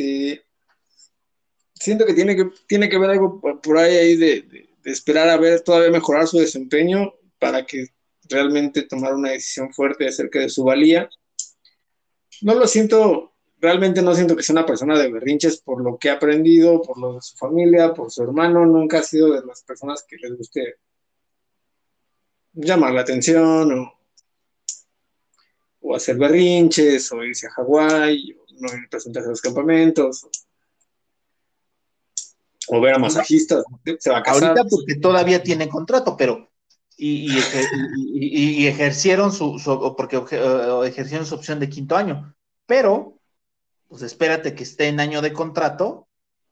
siento que tiene que ver algo por ahí de esperar a ver todavía mejorar su desempeño para que realmente tomar una decisión fuerte acerca de su valía. No lo siento, realmente no siento que sea una persona de berrinches por lo que ha aprendido, por lo de su familia, por su hermano. Nunca ha sido de las personas que les guste llamar la atención o hacer berrinches, o irse a Hawái, o no ir a presentarse a los campamentos, o ver a masajistas, se va a casar. Ahorita porque todavía tiene contrato, pero ejercieron ejercieron su opción de quinto año, pero pues espérate que esté en año de contrato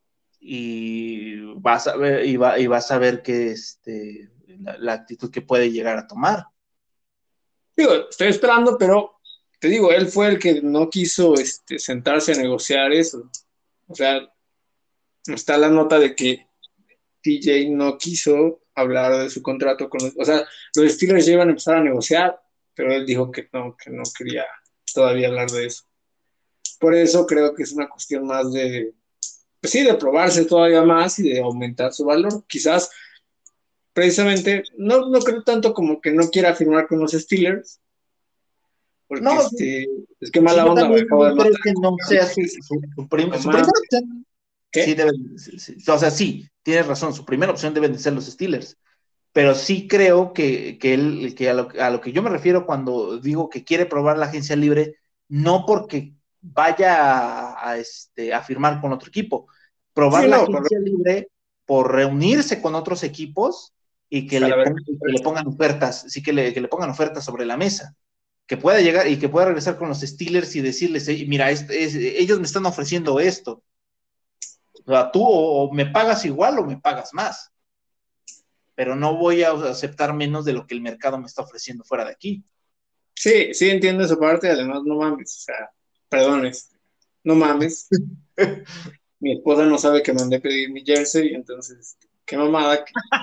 y vas a ver y vas a ver que la actitud que puede llegar a tomar. Digo, estoy esperando, pero te digo, él fue el que no quiso sentarse a negociar eso. O sea, está la nota de que TJ no quiso hablar de su contrato con o sea, los Steelers ya iban a empezar a negociar, pero él dijo que no quería todavía hablar de eso. Por eso creo que es una cuestión más pues sí, de probarse todavía más y de aumentar su valor. Quizás, precisamente, no creo tanto como que no quiera firmar con los Steelers, porque No, es que sí, mala yo onda, me también acabo de creo matar. que no sea su primera opción. Sí, ¿Qué? o sea, sí, tienes razón, su primera opción deben de ser los Steelers, pero sí creo que a lo que yo me refiero cuando digo que quiere probar la agencia libre, no porque vaya a firmar con otro equipo, probar Sí, la no, pero agencia libre por reunirse con otros equipos y para ver. que le pongan ofertas, sí que le pongan ofertas sobre la mesa, que pueda llegar y que pueda regresar con los Steelers y decirles, mira, ellos me están ofreciendo esto, o sea, tú o me pagas igual o me pagas más, pero no voy a aceptar menos de lo que el mercado me está ofreciendo fuera de aquí. Sí, sí entiendo esa parte, además no mames, o sea, perdón, no mames. Mi esposa no sabe que mandé pedir mi jersey, entonces, qué mamada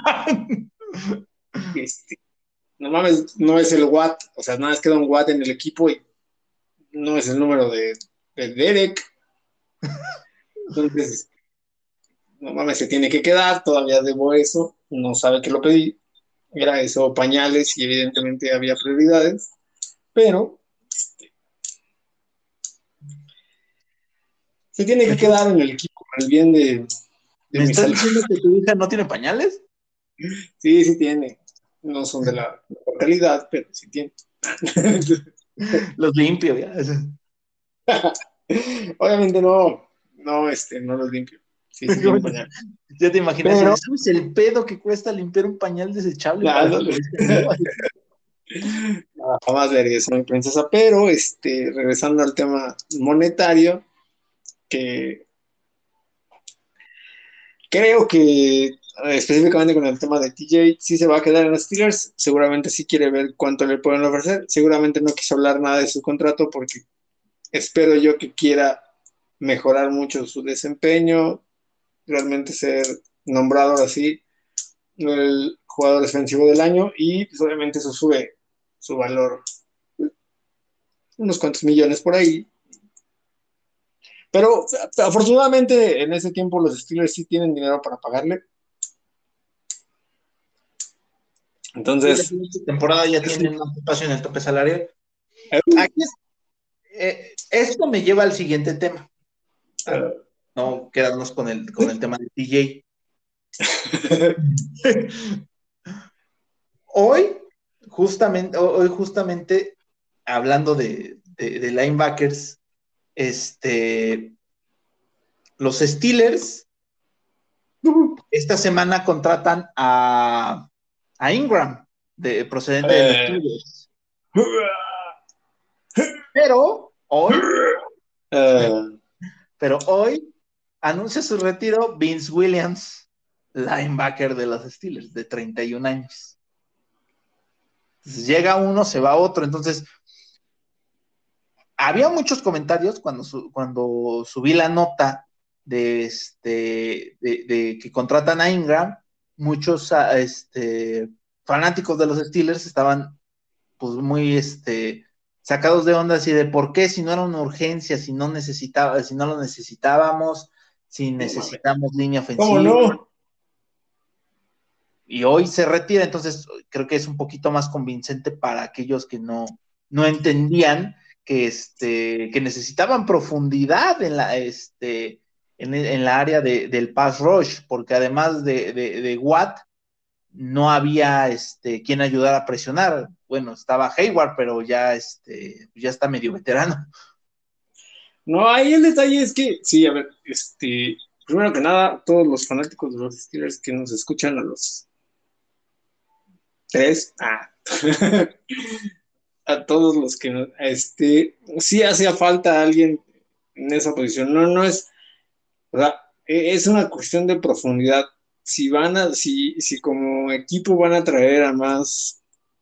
este, no mames, no es el Watt, o sea, nada más queda un Watt en el equipo y no es el número de Derek, entonces, no mames, se tiene que quedar, todavía debo eso, no sabe que lo pedí. era eso, pañales, y evidentemente había prioridades, pero se tiene ¿Me que estás, quedar en el equipo para el bien de me mi estás salud. diciendo que tu hija no tiene pañales? Sí, sí tiene. No son de la mejor calidad, pero sí tiene. Los limpio, ya. Obviamente no, no, no los limpio. Sí, sí tienen pañal. Ya te imaginas, Pero, ¿sabes el pedo que cuesta limpiar un pañal desechable nada, para que parezca nuevo? no, jamás le haría eso a mi princesa. Pero, regresando al tema monetario, que creo que específicamente con el tema de TJ, sí se va a quedar en los Steelers. Seguramente sí quiere ver cuánto le pueden ofrecer. Seguramente no quiso hablar nada de su contrato porque espero yo que quiera mejorar mucho su desempeño, realmente ser nombrado ahora sí el jugador defensivo del año y pues, obviamente eso sube su valor unos cuantos millones por ahí. Pero afortunadamente en ese tiempo los Steelers sí tienen dinero para pagarle. Y la Entonces, siguiente temporada ya sí, tienen más espacio en el tope salarial. eh, Aquí esto me lleva al siguiente tema. Ah, no quedarnos con el tema de TJ. Hoy, justamente, hablando de linebackers, los Steelers esta semana contratan a Ingram, procedente de los eh, Steelers. Pero hoy, eh, pero hoy anuncia su retiro Vince Williams, linebacker de los Steelers, de 31 años. Entonces, llega uno, se va otro. Entonces, había muchos comentarios cuando subí la nota de que contratan a Ingram. Muchos fanáticos de los Steelers estaban pues muy sacados de onda así de por qué si no era una urgencia, si no lo necesitábamos, si no mames. necesitamos línea ¿Cómo ofensiva, no? y hoy se retira. Entonces creo que es un poquito más convincente para aquellos que no entendían que necesitaban profundidad en la área del pass rush, porque además de Watt, no había quien ayudara a presionar. Bueno, estaba Hayward, pero ya está medio veterano. No, ahí el detalle es que, sí, a ver, primero que nada, todos los fanáticos de los Steelers que nos escuchan a los tres, a todos los que, sí hacía falta alguien en esa posición. No, no es, o sea, es una cuestión de profundidad. Si como equipo van a traer a más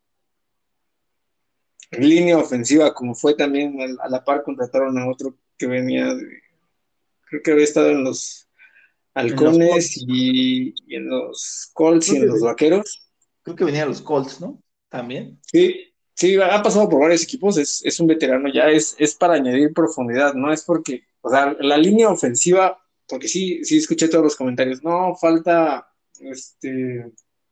línea ofensiva, como fue también a la par contrataron a otro que venía creo que había estado en los En los Halcones Colts. y en los Colts y Creo en que, los Vaqueros. creo que venían los Colts, ¿no? También. Sí, sí, ha pasado por varios equipos, es un veterano ya, es para añadir profundidad, no es porque, o sea, la línea ofensiva, porque sí, sí escuché todos los comentarios, no, este,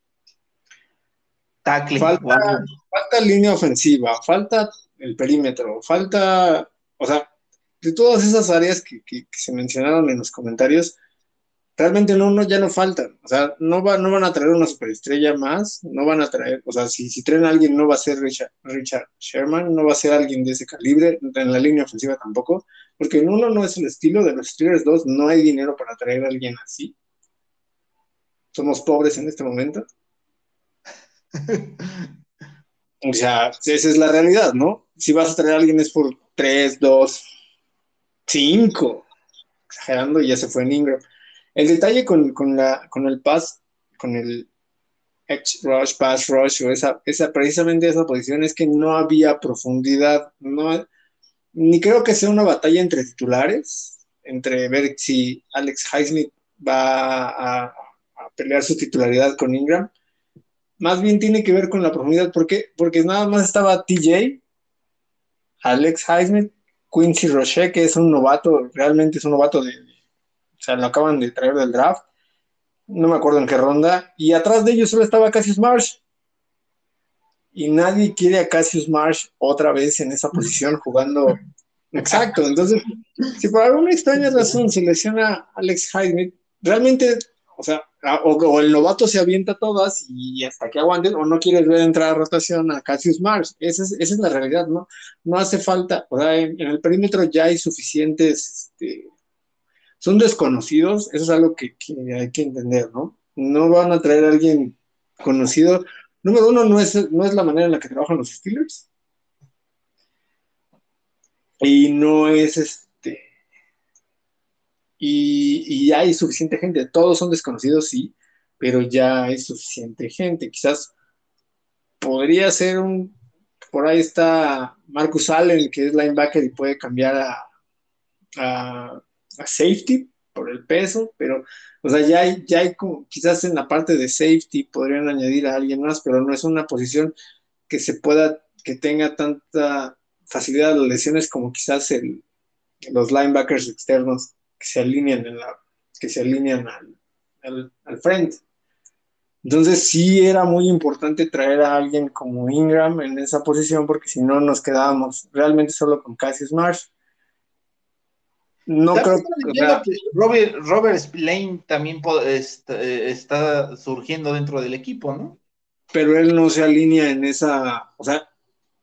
Tackle falta, o algo. falta línea ofensiva, falta el perímetro, falta, o sea, de todas esas áreas que se mencionaron en los comentarios, realmente no, ya no faltan. O sea, no van a traer una superestrella más, no van a traer, o sea, si traen a alguien no va a ser Richard Sherman, no va a ser alguien de ese calibre, en la línea ofensiva tampoco, porque en uno no es el estilo de los Steelers, dos, no hay dinero para traer a alguien así. Somos pobres en este momento. O sea, esa es la realidad, ¿no? Si vas a traer a alguien es por tres, dos, cinco, exagerando, y ya se fue en Ingram. El detalle con el pass, con el edge rush, pass rush, o precisamente esa posición es que no había profundidad, no, ni creo que sea una batalla entre titulares, entre ver si Alex Highsmith va a pelear su titularidad con Ingram, más bien tiene que ver con la profundidad, ¿por qué? Porque nada más estaba TJ, Alex Highsmith, Quincy Roche, que es un novato, realmente es un novato o sea, lo acaban de traer del draft, no me acuerdo en qué ronda, y atrás de ellos solo estaba Cassius Marsh. y nadie quiere a Cassius Marsh otra vez en esa posición jugando. Exacto, entonces, si por alguna extraña razón se lesiona a Alex Highsmith, realmente, o sea, o el novato se avienta todas y hasta que aguanten, o no quieres ver entrar a rotación a Cassius Marsh. Esa es la realidad, ¿no? No hace falta, o sea, en el perímetro ya hay suficientes, son desconocidos, eso es algo que hay que entender, ¿no? No van a traer a alguien conocido. Número uno, no es la manera en la que trabajan los Steelers. Y no es y ya hay suficiente gente. Todos son desconocidos, sí, pero ya hay suficiente gente. Quizás podría ser por ahí está Marcus Allen, que es linebacker y puede cambiar a safety por el peso, pero, o sea, ya hay como, quizás en la parte de safety podrían añadir a alguien más, pero no es una posición que tenga tanta facilidad a las lesiones como quizás los linebackers externos que se alinean al frente. Entonces sí era muy importante traer a alguien como Ingram en esa posición porque si no nos quedábamos realmente solo con Cassius Marsh. No ¿Sabes? creo, Estaba o leyendo sea, que Robert Spillane también está surgiendo dentro del equipo, ¿no? pero él no se alinea en esa, o sea,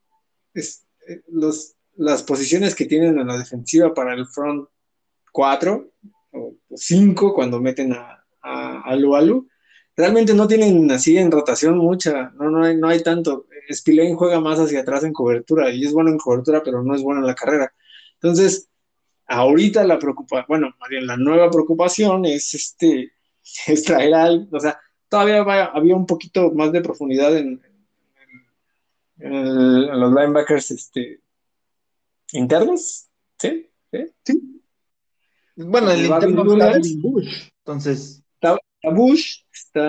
las posiciones que tienen en la defensiva para el front 4 o 5 cuando meten a Alu Alu, realmente no tienen así en rotación mucha, no hay tanto. Spillane juega más hacia atrás en cobertura y es bueno en cobertura, pero no es bueno en la carrera. Entonces, ahorita bueno, más bien la nueva preocupación es traer o sea, todavía había un poquito más de profundidad en los linebackers internos, ¿sí? ¿Sí? Sí. Bueno, el Marvin interno está Williams, Devin Bush, entonces, está Bush,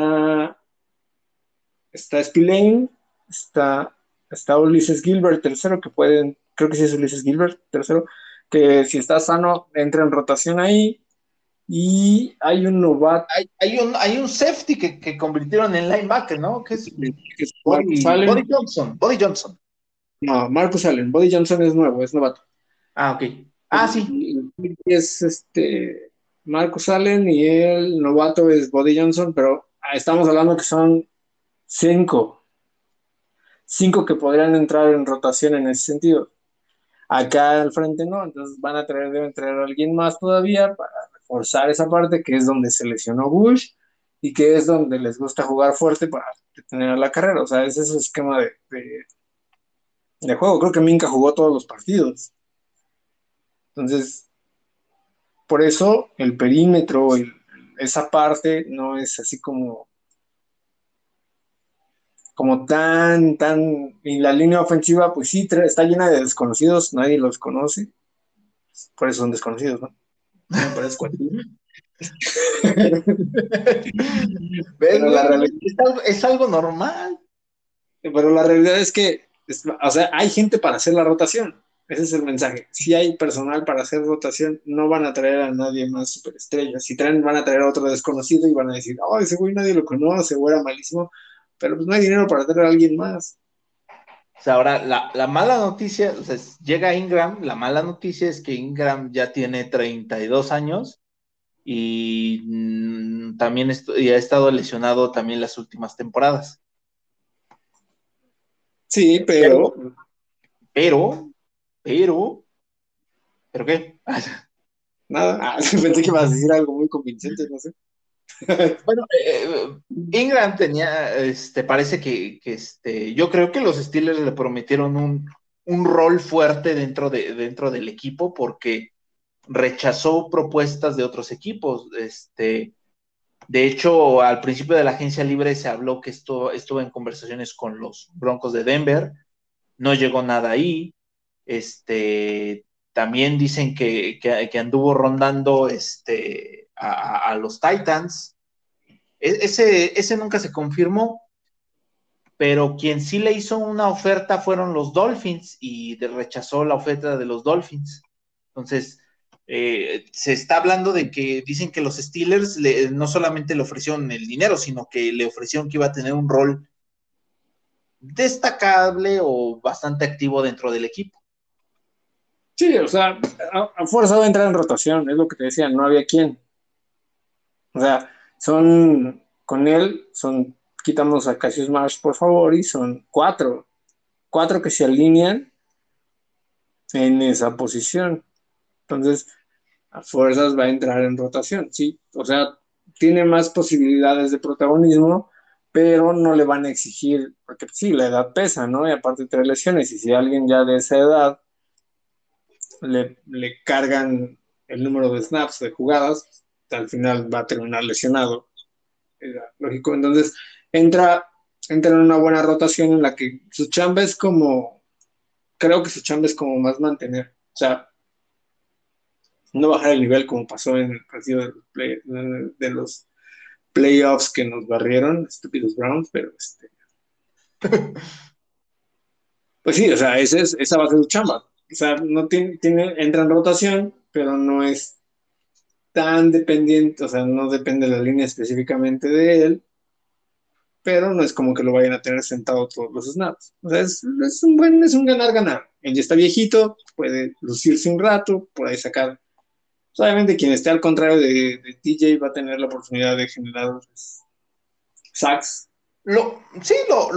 está Spillane, está Ulises Gilbert, tercero, creo que sí es Ulises Gilbert, tercero, que si está sano, entra en rotación ahí. Y hay un novato, hay un safety que convirtieron en linebacker, ¿no? Que es que es Marcus Allen. Body Johnson. No, Marcus Allen. Body Johnson es nuevo, es novato. Ah, ok. Ah, sí. Es Marcus Allen y el novato es Body Johnson, pero estamos hablando que son cinco. Cinco que podrían entrar en rotación en ese sentido. Acá al frente no, entonces deben traer a alguien más todavía para reforzar esa parte que es donde se lesionó Bush y que es donde les gusta jugar fuerte para detener la carrera. O sea, ese es su esquema de juego. Creo que Minka jugó todos los partidos. Entonces, por eso el perímetro, esa parte no es así como tan, y la línea ofensiva, pues sí, está llena de desconocidos, nadie los conoce, por eso son desconocidos, ¿no? Me parece cualquiera. Pero la realidad, Es algo normal. pero la realidad es que, o sea, hay gente para hacer la rotación. Ese es el mensaje. Si hay personal para hacer rotación, no van a traer a nadie más superestrella. Si traen, van a traer a otro desconocido y van a decir, oh, ese güey nadie lo conoce, o era malísimo, pero pues no hay dinero para traer a alguien más. O sea, ahora la mala noticia, o sea, llega Ingram, la mala noticia es que Ingram ya tiene 32 años y también y ha estado lesionado también las últimas temporadas. Sí, Pero, pero, ¿pero qué? nada. Pensé que ibas a decir algo muy convincente, no sé. Bueno, Ingram tenía, parece yo creo que los Steelers le prometieron un rol fuerte dentro del equipo porque rechazó propuestas de otros equipos. De hecho, al principio de la agencia libre se habló que estuvo en conversaciones con los Broncos de Denver, no llegó nada ahí. También dicen que anduvo rondando a los Titans. Ese nunca se confirmó, pero quien sí le hizo una oferta fueron los Dolphins y rechazó la oferta de los Dolphins. Entonces, se está hablando de que dicen que los Steelers no solamente le ofrecieron el dinero, sino que le ofrecieron que iba a tener un rol destacable o bastante activo dentro del equipo. Sí, o sea, a fuerza va a entrar en rotación, es lo que te decía, no había quién. O sea, con él, quitamos a Cassius Marsh, por favor, y son cuatro que se alinean en esa posición. Entonces, a fuerzas va a entrar en rotación, sí. O sea, tiene más posibilidades de protagonismo, pero no le van a exigir, porque sí, la edad pesa, ¿no? Y aparte trae lesiones, y si alguien ya de esa edad le cargan el número de snaps, de jugadas, al final va a terminar lesionado. Era lógico. Entonces, entra, entra en una buena rotación en la que su chamba es como, creo que su chamba es como más mantener. O sea, no bajar el nivel como pasó en el partido de los playoffs que nos barrieron, estúpidos Browns, pero pues sí, o sea, esa va a ser su chamba. O sea, no entra en rotación, pero no es tan dependiente, o sea, no depende de la línea específicamente de él, pero no es como que lo vayan a tener sentado todos los snaps. O sea, es un ganar-ganar. Él ya está viejito, puede lucirse un rato, por ahí sacar. Obviamente quien esté al contrario de TJ va a tener la oportunidad de generar sacks. Sí,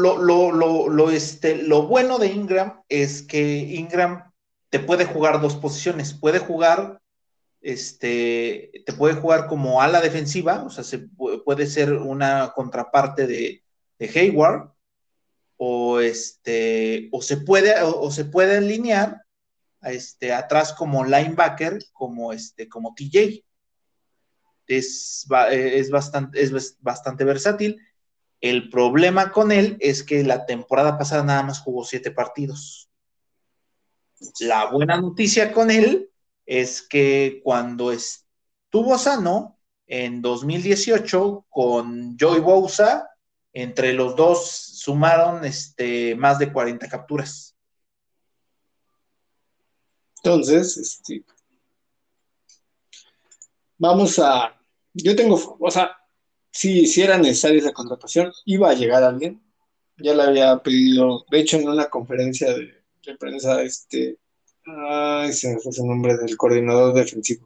lo bueno de Ingram es que Ingram te puede jugar dos posiciones. Te puede jugar como ala defensiva, o sea, puede ser una contraparte de Hayward, o se puede alinear atrás como linebacker, como TJ. Es bastante versátil. El problema con él es que la temporada pasada nada más jugó 7 partidos. La buena noticia con él es que cuando estuvo sano en 2018 con Joey Bosa, entre los dos sumaron más de 40 capturas. Entonces, vamos a. Yo tengo, o sea, si era necesaria esa contratación, iba a llegar alguien. Ya le había pedido, de hecho, en una conferencia de prensa, ay, se me fue su nombre del coordinador defensivo.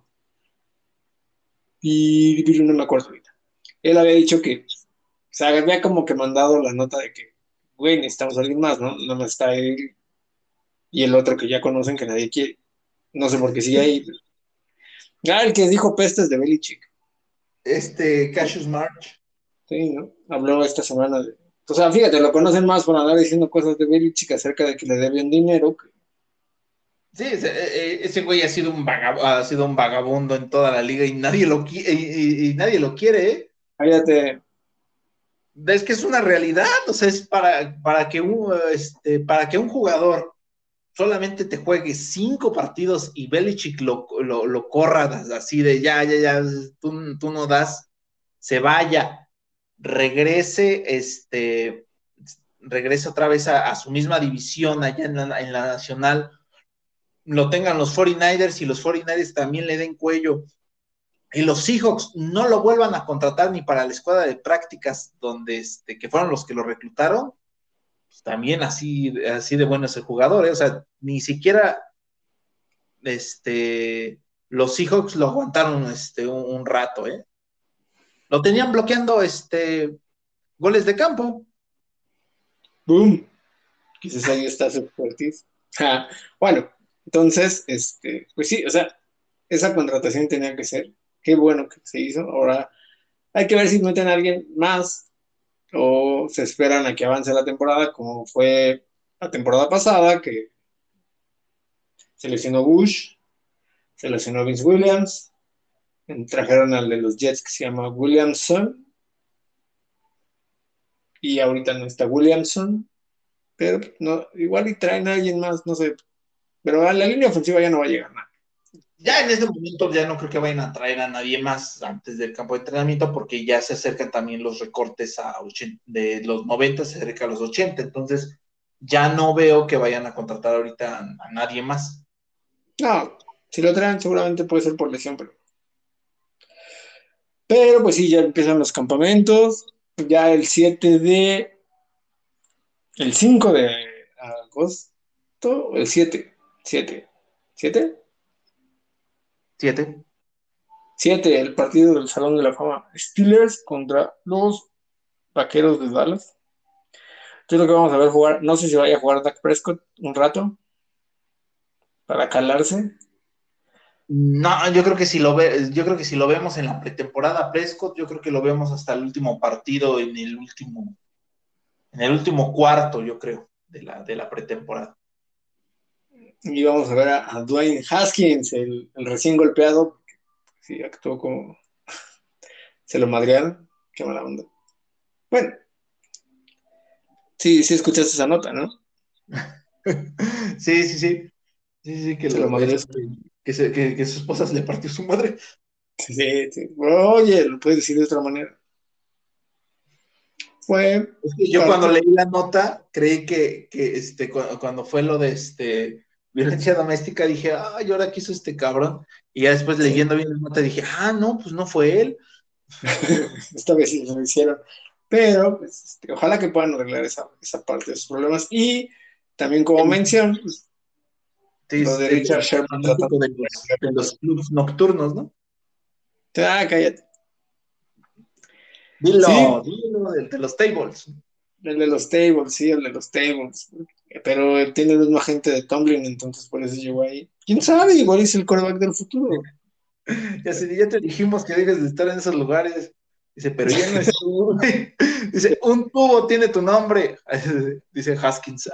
Y no me acuerdo ahorita. Él había dicho que, o sea, había como que mandado la nota de que, güey, necesitamos a alguien más, ¿no? Nada más está él y el otro que ya conocen que nadie quiere. No sé por qué sigue ahí. Ah, el que dijo pestes de Belichick. Cassius March. Sí, ¿no? Habló esta semana de. O sea, fíjate, lo conocen más por andar diciendo cosas de Belichick acerca de que le deben dinero. Sí, ese güey ha sido un vagabundo en toda la liga y nadie lo quiere, ¿eh? Cállate. Es que es una realidad, o sea, es para que un jugador solamente te juegue 5 partidos y Belichick lo corra así de ya, tú no das, se vaya, regrese, regrese otra vez a su misma división allá en la nacional, lo tengan los 49ers y los 49ers también le den cuello. Y los Seahawks no lo vuelvan a contratar ni para la escuadra de prácticas donde que fueron los que lo reclutaron, pues también así de bueno es el jugador, ¿eh? O sea, ni siquiera los Seahawks lo aguantaron un rato, ¿eh? Lo tenían bloqueando goles de campo. ¡Boom! Quizás ahí está su expertise. Ah, bueno, entonces, pues sí, o sea, esa contratación tenía que ser. Qué bueno que se hizo. Ahora hay que ver si meten a alguien más o se esperan a que avance la temporada, como fue la temporada pasada, que se lesionó Bush, se lesionó Vince Williams, trajeron al de los Jets que se llama Williamson, y ahorita no está Williamson, pero no, igual y traen a alguien más, no sé. Pero a la línea ofensiva ya no va a llegar nada. Ya en este momento ya no creo que vayan a traer a nadie más antes del campo de entrenamiento porque ya se acercan también los recortes de los 90, se acerca a los 80, entonces ya no veo que vayan a contratar ahorita a nadie más. No, si lo traen seguramente puede ser por lesión, pero pues sí, ya empiezan los campamentos. Ya el 7 de El 5 de agosto, el 7, 7, 7, 7. 7, el partido del Salón de la Fama. Steelers contra los Vaqueros de Dallas. Yo creo que vamos a ver jugar, no sé si vaya a jugar Dak Prescott un rato para calarse. No, yo creo que si lo vemos en la pretemporada Prescott, yo creo que lo vemos hasta el último partido, en el último cuarto, yo creo, de la pretemporada. Y vamos a ver a Dwayne Haskins, el recién golpeado. Sí, actuó como se lo madrearon. Qué mala onda. Bueno, sí, sí escuchaste esa nota, ¿no? Sí, sí, sí. Sí, sí, Se lo madreó. que su esposa se le partió su madre. Sí, sí. Oye, lo puedes decir de otra manera. Fue Es que yo cuando parte. leí la nota, creí cuando fue lo de violencia doméstica, dije, ay, ¿ahora qué hizo este cabrón? Y ya después Sí. leyendo bien la nota dije, no, pues no fue él. Esta vez sí lo hicieron. Pero pues, ojalá que puedan arreglar esa parte de sus problemas. Y también como mención, pues, lo de Richard El Sherman tratando fanático de de... los clubs nocturnos, ¿no? Cállate. Sí, Dilo, de los tables. el de los tables, sí, el de los tables. Pero tiene el mismo agente de Tomlin, entonces por eso llegó ahí. ¿Quién sabe? Igual es el quarterback del futuro. Ya te dijimos que dejes de estar en esos lugares. Dice, pero ya no estuvo. Dice, un tubo tiene tu nombre. Dice Haskins.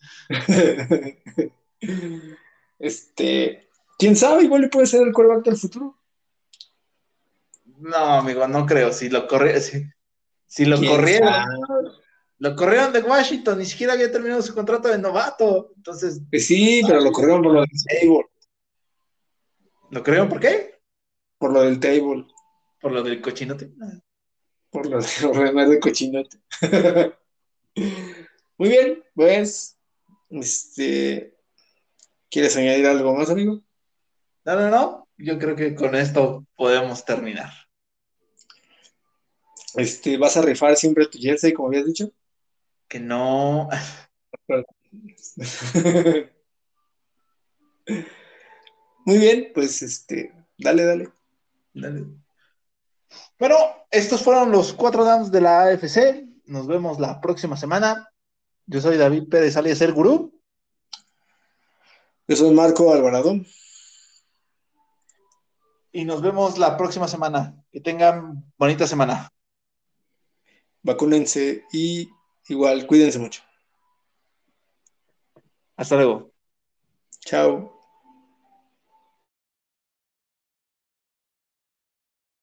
Este, ¿quién sabe? Igual le puede ser el quarterback del futuro. No, amigo, no creo. Si lo ¿Quién corrieron, sabe? lo corrieron de Washington, ni siquiera había terminado su contrato de novato. Entonces, Pues sí, pero lo corrieron por lo del table. ¿lo corrieron por qué? Por lo del table. Por lo del cochinote. Por lo de ordenar de cochinote. Muy bien, pues, este, ¿quieres añadir algo más, amigo? No, no, no. Yo creo que con esto podemos terminar. ¿Vas a rifar siempre tu jersey, como habías dicho? Que no. Muy bien, pues, dale, dale. Bueno, estos fueron los 4 downs de la AFC. Nos vemos la próxima semana. Yo soy David Pérez alias El Gurú. Yo soy Marco Alvarado. Y nos vemos la próxima semana. Que tengan bonita semana. Vacúnense y igual, cuídense mucho. Hasta luego. Chao.